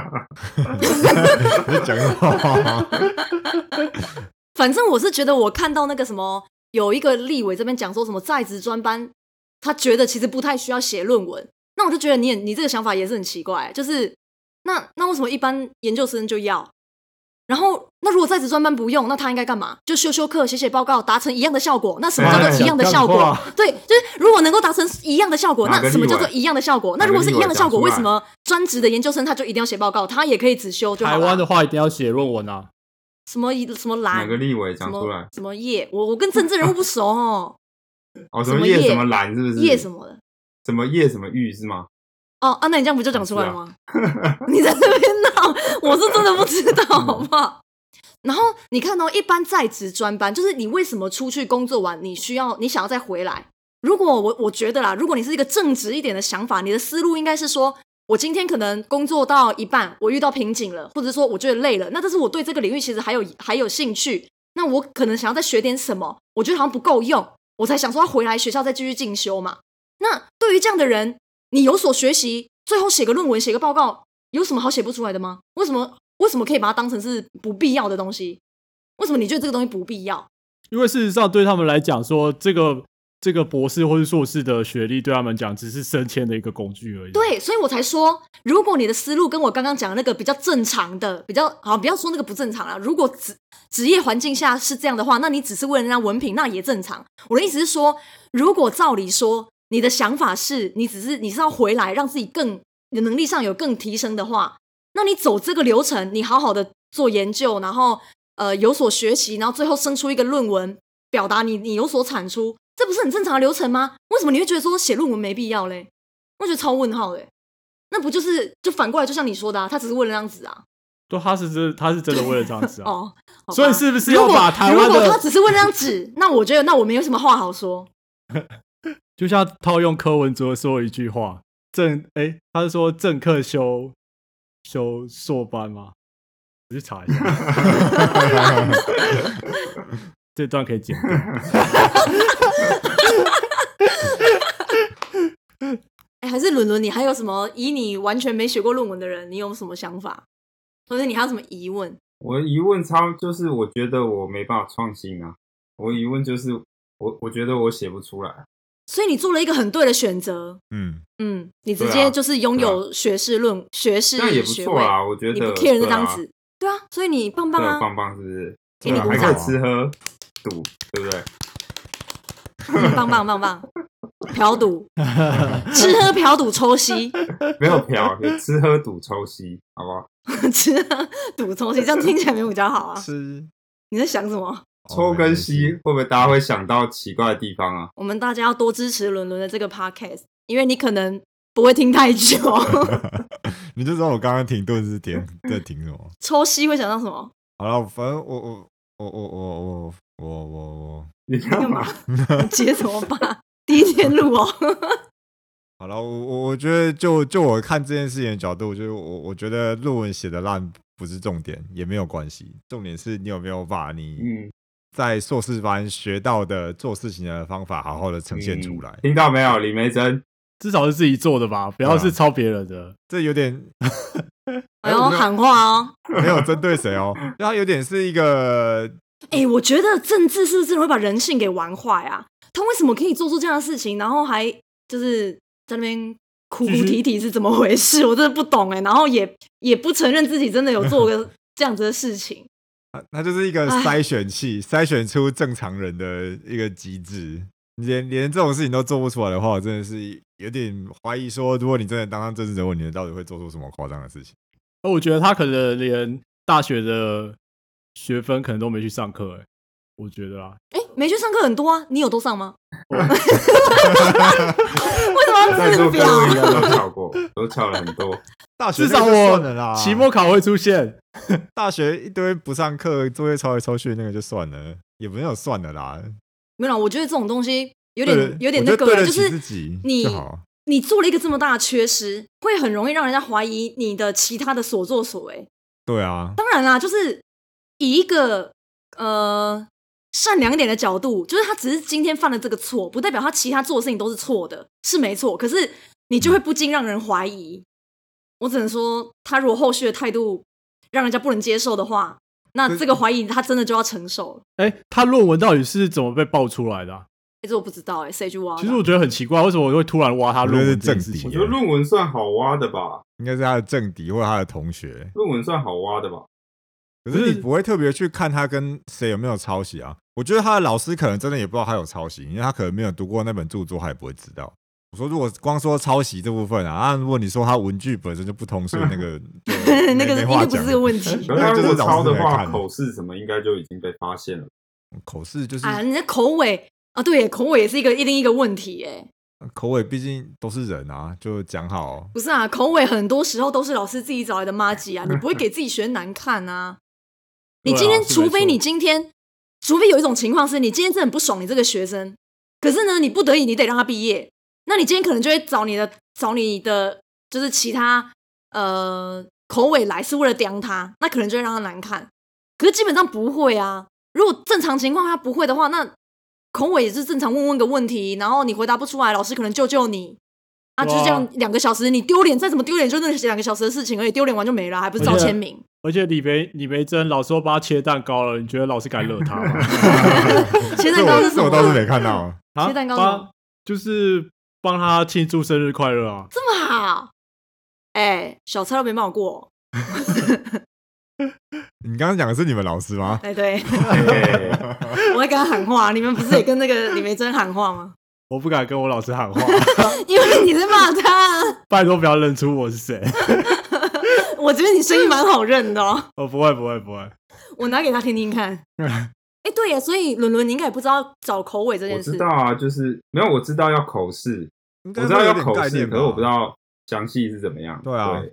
[SPEAKER 3] 你讲什么？
[SPEAKER 2] 反正我是觉得，我看到那个什么，有一个立委这边讲说什么在职专班，他觉得其实不太需要写论文。那我就觉得你你这个想法也是很奇怪，就是那那为什么一般研究生就要？然后那如果在职专班不用，那他应该干嘛？就修修课、写写报告，达成一样的效果。那什么叫做一样的效果？对，就是如果能够达成一样的效果，那什么叫做一样的效果？那如果是一样的效果，为什么专职的研究生他就一定要写报告？他也可以只修就好了。
[SPEAKER 4] 台湾的话一定要写论文啊。
[SPEAKER 2] 什么什么蓝？
[SPEAKER 1] 哪个立委讲出来？
[SPEAKER 2] 什么叶？我我跟政治人物不熟哦。
[SPEAKER 1] 哦，什么叶什么蓝是不是？
[SPEAKER 2] 叶什么的？
[SPEAKER 1] 什么叶什么玉是吗？
[SPEAKER 2] 哦啊，那你这样不就讲出来了吗？你在这边闹，我是真的不知道，好不好？然后你看到、哦、一般在职专班，就是你为什么出去工作完，你需要你想要再回来？如果我我觉得啦，如果你是一个正直一点的想法，你的思路应该是说，我今天可能工作到一半，我遇到瓶颈了，或者说我觉得累了，那但是我对这个领域其实还有还有兴趣，那我可能想要再学点什么，我觉得好像不够用，我才想说要回来学校再继续进修嘛。那对于这样的人，你有所学习，最后写个论文、写个报告，有什么好写不出来的吗？为什么为什么可以把它当成是不必要的东西？为什么你觉得这个东西不必要？
[SPEAKER 4] 因为事实上对他们来讲说，这个这个博士或是硕士的学历对他们讲只是升迁的一个工具而已。
[SPEAKER 2] 对，所以我才说，如果你的思路跟我刚刚讲的那个比较正常的，比较好，不要说那个不正常啦，如果职职业环境下是这样的话，那你只是为了人家文凭，那也正常。我的意思是说，如果照理说你的想法是你只是你是要回来让自己更你的能力上有更提升的话，那你走这个流程，你好好的做研究，然后呃有所学习，然后最后生出一个论文，表达你你有所产出，这不是很正常的流程吗？为什么你会觉得说写论文没必要嘞？我觉得超问号嘞。那不就是就反过来，就像你说的啊，他只是为了这样子啊。
[SPEAKER 4] 对，他是真他是真的为了这样子啊。
[SPEAKER 2] 哦，
[SPEAKER 4] 所以是不是要把台湾的？
[SPEAKER 2] 如果他只是为了这张纸，那我觉得那我没有什么话好说。
[SPEAKER 4] 就像套用柯文哲说一句话，政哎，他是说政客修修硕班吗？我去查一下，这段可以剪掉。
[SPEAKER 2] 哎、欸，还是伦伦，你还有什么？以你完全没写过论文的人，你有什么想法？或者你还有什么疑问？
[SPEAKER 1] 我的疑问超就是，我觉得我没办法创新啊。我的疑问就是，我我觉得我写不出来。
[SPEAKER 2] 所以你做了一个很对的选择。
[SPEAKER 3] 嗯
[SPEAKER 2] 嗯，你直接就是拥有学士论、啊、学士学位，
[SPEAKER 1] 那也不错啊。我觉得
[SPEAKER 2] 你不 care 这张纸，对啊，所以你棒棒啊，
[SPEAKER 1] 棒棒是不是？
[SPEAKER 2] 给你鼓掌，
[SPEAKER 1] 还可以吃喝赌，对不对？
[SPEAKER 2] 嗯、棒棒棒棒，嫖赌，吃喝嫖赌抽吸，
[SPEAKER 1] 没有嫖，有吃喝赌抽吸，好不好？
[SPEAKER 2] 吃喝赌抽吸，这样听起来没有比较好啊。
[SPEAKER 3] 吃，
[SPEAKER 2] 你在想什么？
[SPEAKER 1] 抽跟吸会不会大家会想到奇怪的地方啊？
[SPEAKER 2] 我们大家要多支持伦伦的这个 podcast， 因为你可能不会听太久。
[SPEAKER 3] 你就知道我刚刚停顿是停在停什么？
[SPEAKER 2] 抽吸会想到什么？
[SPEAKER 3] 好了，反正我我我我我我我我我，
[SPEAKER 1] 你干嘛？
[SPEAKER 2] 你接什么吧？第一天录哦。
[SPEAKER 3] 好了，我我我觉得就就我看这件事情的角度，我觉得我我觉得论文写的烂不是重点，也没有关系，重点是你有没有把你嗯。在硕士班学到的做事情的方法，好好的呈现出来。嗯、
[SPEAKER 1] 听到没有，李梅珍？
[SPEAKER 4] 至少是自己做的吧，不要是抄别人的。
[SPEAKER 3] 啊、这有点，
[SPEAKER 2] 哎呦，喊话哦，
[SPEAKER 3] 没有针对谁哦，它有点是一个。
[SPEAKER 2] 哎、欸，我觉得政治是不是真的会把人性给玩坏啊？他为什么可以做出这样的事情，然后还就是在那边哭哭啼啼是怎么回事？我真的不懂哎、欸，然后也也不承认自己真的有做个这样子的事情。
[SPEAKER 3] 它就是一个筛选器，筛选出正常人的一个机制。连连这种事情都做不出来的话，我真的是有点怀疑说，如果你真的当上政治人物，你到底会做出什么夸张的事情？
[SPEAKER 4] 我觉得他可能连大学的学分可能都没去上课，哎，我觉得啊，
[SPEAKER 2] 哎、欸，没去上课很多啊，你有都上吗？为什么要自表？
[SPEAKER 1] 应该都翘过，都翘了很多。
[SPEAKER 3] 大学
[SPEAKER 4] 至少我期末考会出现。
[SPEAKER 3] 大学一堆不上课，作业抄来抄去那个就算了，也没有算了啦。
[SPEAKER 2] 没有啦，我觉得这种东西有点有点那个，就是你你做了一个这么大的缺失，会很容易让人家怀疑你的其他的所作所为。
[SPEAKER 3] 对啊，
[SPEAKER 2] 当然啦，就是以一个呃善良一点的角度，就是他只是今天犯了这个错，不代表他其他做的事情都是错的，是没错。可是你就会不禁让人怀疑。嗯、我只能说，他如果后续的态度让人家不能接受的话，那这个怀疑他真的就要承受了。
[SPEAKER 4] 哎、欸，他论文到底是怎么被爆出来的、啊？
[SPEAKER 2] 哎、欸，这我不知道哎、欸，谁去挖？
[SPEAKER 4] 其实我觉得很奇怪，为什么我会突然挖他论文这件事情？
[SPEAKER 1] 我觉得论文算好挖的吧，
[SPEAKER 3] 应该是他的政敌或者他的同学。
[SPEAKER 1] 论文算好挖的吧？
[SPEAKER 3] 可是你不会特别去看他跟谁有没有抄袭啊？我觉得他的老师可能真的也不知道他有抄袭，因为他可能没有读过那本著作，他也不会知道。我说，如果光说抄袭这部分啊，啊，如果你说他文句本身就不通顺，那个
[SPEAKER 2] 那个应该不是个问题。
[SPEAKER 1] 可是他如果抄的话，口试什么应该就已经被发现了。
[SPEAKER 3] 口试就是
[SPEAKER 2] 啊，你的口尾啊，对，口尾也是一个一定一个问题耶。
[SPEAKER 3] 口尾毕竟都是人啊，就讲好、哦。
[SPEAKER 2] 不是啊，口尾很多时候都是老师自己找来的麻吉啊，你不会给自己学难看啊。你今天、啊、除非你今天，除非有一种情况是你今天真的很不爽你这个学生，可是呢，你不得已你得让他毕业。那你今天可能就会找你的找你的就是其他呃口尾来，是为了刁他，那可能就会让他难看。可是基本上不会啊。如果正常情况下不会的话，那口尾也是正常问问个问题，然后你回答不出来，老师可能救救你啊，就是这样两个小时，你丢脸再怎么丢脸，就那两个小时的事情而已，丢脸完就没了，还不是照签名。
[SPEAKER 4] 而且李梅李梅珍老师都帮他切蛋糕了，你觉得老师敢惹他吗？
[SPEAKER 2] 切蛋糕是什么？
[SPEAKER 3] 我倒是没看到。
[SPEAKER 2] 啊、切蛋糕是什么？
[SPEAKER 4] 就是帮他庆祝生日快乐啊！
[SPEAKER 2] 这么好，哎、欸，小菜都没帮我过。
[SPEAKER 3] 你刚刚讲的是你们老师吗？
[SPEAKER 2] 哎、欸，对，我会跟他喊话。你们不是也跟那个李梅珍喊话吗？
[SPEAKER 4] 我不敢跟我老师喊话，
[SPEAKER 2] 因为你在骂他。
[SPEAKER 4] 拜托不要认出我是谁。
[SPEAKER 2] 我觉得你声音蛮好认的哦。
[SPEAKER 4] 哦，不会不会不会，
[SPEAKER 2] 我拿给他听听看。哎、欸，对呀，所以伦伦你应该也不知道找口尾这件事。
[SPEAKER 1] 我知道啊，就是没有，我知道要口试，我知道要口试，可是我不知道详细是怎么样。
[SPEAKER 3] 对啊，对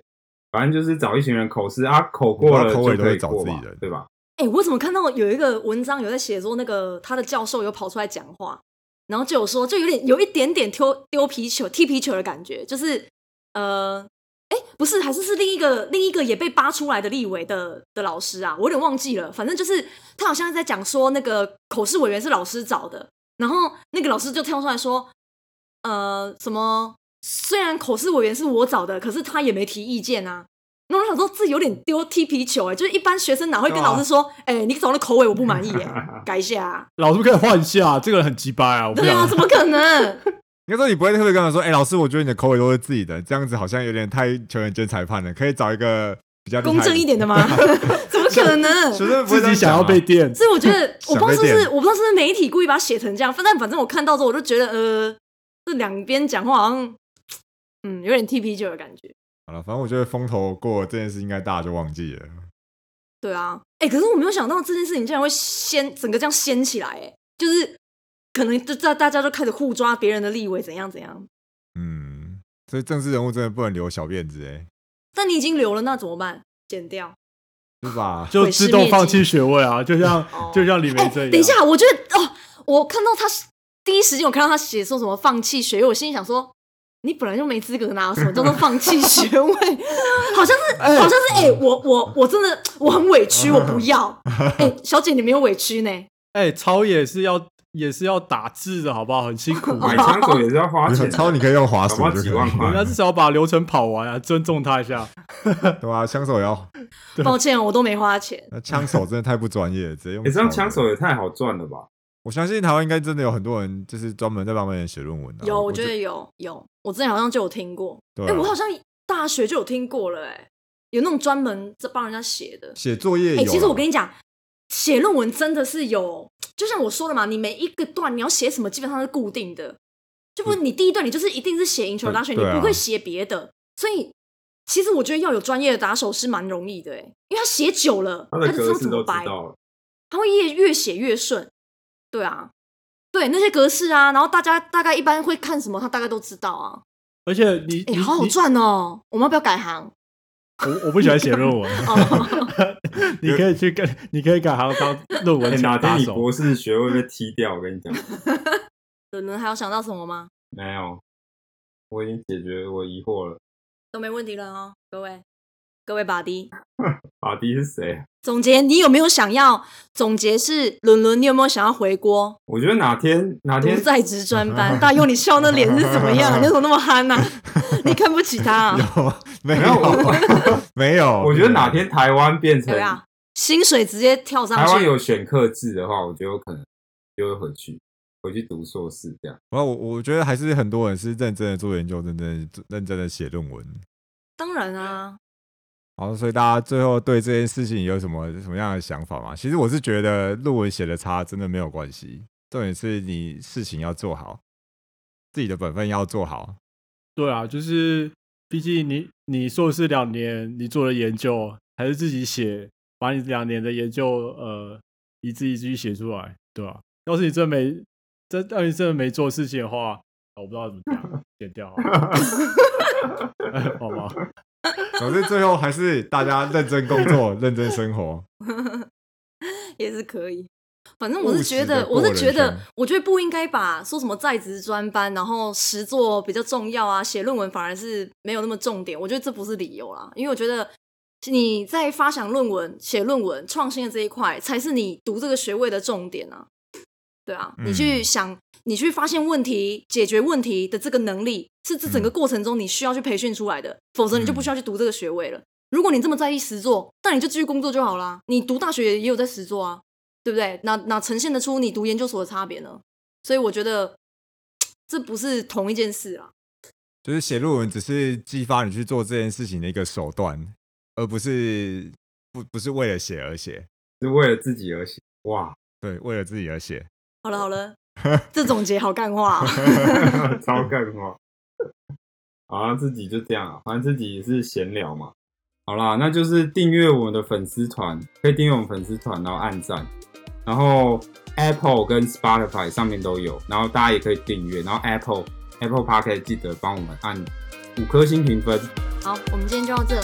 [SPEAKER 1] 反正就是找一群人口试啊，口过了就可以过嘛，
[SPEAKER 3] 口尾都会找自己人，
[SPEAKER 1] 对吧？
[SPEAKER 2] 哎、欸，我怎么看到有一个文章有在写说，那个他的教授有跑出来讲话，然后就有说，就有点有一点点丢丢皮球、踢皮球的感觉，就是呃，哎、欸，不是，还是是另一个另一个也被扒出来的立委的的老师啊，我有点忘记了，反正就是他好像在讲说，那个口试委员是老师找的，然后那个老师就跳出来说，呃，什么？虽然口试委员是我找的，可是他也没提意见啊。那我想说，这有点丢踢皮球哎、欸，就是一般学生哪会跟老师说，哎、欸，你找的口尾我不满意哎、欸，改一下、啊。
[SPEAKER 4] 老师可以换一下，这个人很鸡掰啊！我不
[SPEAKER 2] 对啊，怎么可能？
[SPEAKER 3] 应该说你不会特别跟他说，哎、欸，老师，我觉得你的口尾都是自己的，这样子好像有点太球员兼裁判了，可以找一个比较
[SPEAKER 2] 公正一点的吗？怎么可能？
[SPEAKER 3] 学生不会
[SPEAKER 4] 自己想要被电，
[SPEAKER 2] 所以我觉得，我不知道是不是，我不知道是不是媒体故意把它写成这样，但反正我看到之后，我就觉得，呃，这两边讲话好像。嗯，有点踢啤酒的感觉。
[SPEAKER 3] 好了，反正我觉得风头过这件事，应该大家就忘记了。
[SPEAKER 2] 对啊，哎、欸，可是我没有想到这件事情竟然会掀整个这样掀起来，哎，就是可能就大大家都开始互抓别人的立委，怎样怎样。
[SPEAKER 3] 嗯，所以政治人物真的不能留小辫子哎。
[SPEAKER 2] 但你已经留了，那怎么办？剪掉，
[SPEAKER 3] 是吧？
[SPEAKER 4] 就自动放弃学位啊，就像、哦、就像李梅这样、欸。
[SPEAKER 2] 等一下，我觉得哦，我看到他第一时间，我看到他写说什么放弃学位，我心里想说。你本来就没资格拿什么叫做放弃学位，好像是，欸、好像是，哎、欸，我我我真的我很委屈，我不要。哎、欸，小姐你没有委屈呢。
[SPEAKER 4] 哎、欸，抄也是要也是要打字的好不好？很辛苦。
[SPEAKER 1] 买枪手也是要花钱，
[SPEAKER 3] 抄你可以用滑鼠就可以，
[SPEAKER 1] 几万块，
[SPEAKER 4] 人家至少要把流程跑完啊，尊重他一下。
[SPEAKER 3] 对吧、啊？枪手也要。
[SPEAKER 2] 抱歉，我都没花钱。
[SPEAKER 3] 那枪手真的太不专业了，直接用。
[SPEAKER 1] 欸、这样枪手也太好赚了吧？
[SPEAKER 3] 我相信台湾应该真的有很多人，就是专门在帮别人写论文的、啊。
[SPEAKER 2] 有，我觉得有有，我之前好像就有听过。哎、啊欸，我好像大学就有听过了、欸，哎，有那种专门在帮人家写的
[SPEAKER 3] 写作业有。
[SPEAKER 2] 哎、欸，其实我跟你讲，写论文真的是有，就像我说的嘛，你每一个段你要写什么，基本上是固定的。就不是你第一段，你就是一定是写 introduction，、嗯啊、你不会写别的。所以其实我觉得要有专业的打手是蛮容易的、欸，哎，因为他写久了，
[SPEAKER 1] 他的
[SPEAKER 2] 他就知道怎么掰，
[SPEAKER 1] 了
[SPEAKER 2] 他会越越写越顺。对啊，对那些格式啊，然后大家大概一般会看什么，他大概都知道啊。
[SPEAKER 4] 而且你，
[SPEAKER 2] 哎、欸，好好赚哦！我们要不要改行？
[SPEAKER 4] 我我不喜欢写论文。你可以去跟，你可以改行当论文
[SPEAKER 1] 哪
[SPEAKER 4] 打手。
[SPEAKER 1] 天你博士学位被踢掉，我跟你讲。
[SPEAKER 2] 伦伦还有想到什么吗？
[SPEAKER 1] 没有，我已经解决我疑惑了，
[SPEAKER 2] 都没问题了哦，各位，各位爸弟。
[SPEAKER 1] 爸弟是谁？
[SPEAKER 2] 总结，你有没有想要总结？是伦伦，你有没有想要回锅？
[SPEAKER 1] 我觉得哪天哪天
[SPEAKER 2] 读在职专班，大佑，你笑那脸是怎么样？你怎么那么憨啊？你看不起他啊？
[SPEAKER 3] 有没有？没有。
[SPEAKER 1] 我觉得哪天台湾变成
[SPEAKER 2] 对啊，薪水直接跳上去。
[SPEAKER 1] 台湾有选课制的话，我觉得有可能就会回去回去读硕士这样。
[SPEAKER 3] 我我觉得还是很多人是认真的做研究，认真的认真的写论文。
[SPEAKER 2] 当然啊。
[SPEAKER 3] 好，所以大家最后对这件事情有什么什么样的想法吗？其实我是觉得论文写的差真的没有关系，重点是你事情要做好，自己的本分要做好。
[SPEAKER 4] 对啊，就是毕竟你你硕士两年，你做的研究还是自己写，把你两年的研究呃一字一句写出来，对吧、啊？要是你真没真要你真的没做事情的话，我不知道怎么讲，剪掉好了，好不好？
[SPEAKER 3] 总之最后还是大家认真工作认真生活
[SPEAKER 2] 也是可以。反正我是觉得我是觉得我觉得不应该把说什么在职专班然后实作比较重要啊，写论文反而是没有那么重点，我觉得这不是理由啦。因为我觉得你在发想论文写论文创新的这一块才是你读这个学位的重点啊。对啊，你去想、嗯、你去发现问题解决问题的这个能力是这整个过程中你需要去培训出来的、嗯、否则你就不需要去读这个学位了。如果你这么在意实作，那你就继续工作就好啦，你读大学也有在实作啊，对不对？哪哪呈现得出你读研究所的差别呢？所以我觉得这不是同一件事啊。
[SPEAKER 3] 就是写论文只是激发你去做这件事情的一个手段，而不是不不是为了写而写，
[SPEAKER 1] 是为了自己而写。哇，
[SPEAKER 3] 对，为了自己而写。
[SPEAKER 2] 好了好了，这总结好干话、啊，
[SPEAKER 1] 超干话。好啦，自己就这样啊，反正自己也是闲聊嘛。好啦，那就是订阅我们的粉丝团，可以订阅我们粉丝团，然后按赞，然后 Apple 跟 Spotify 上面都有，然后大家也可以订阅，然后 Apple Apple Podcast 记得帮我们按五颗星评分。
[SPEAKER 2] 好，我们今天就到这。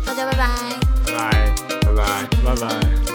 [SPEAKER 2] 大家拜拜。
[SPEAKER 3] 拜拜。
[SPEAKER 1] 拜拜。
[SPEAKER 4] 拜拜。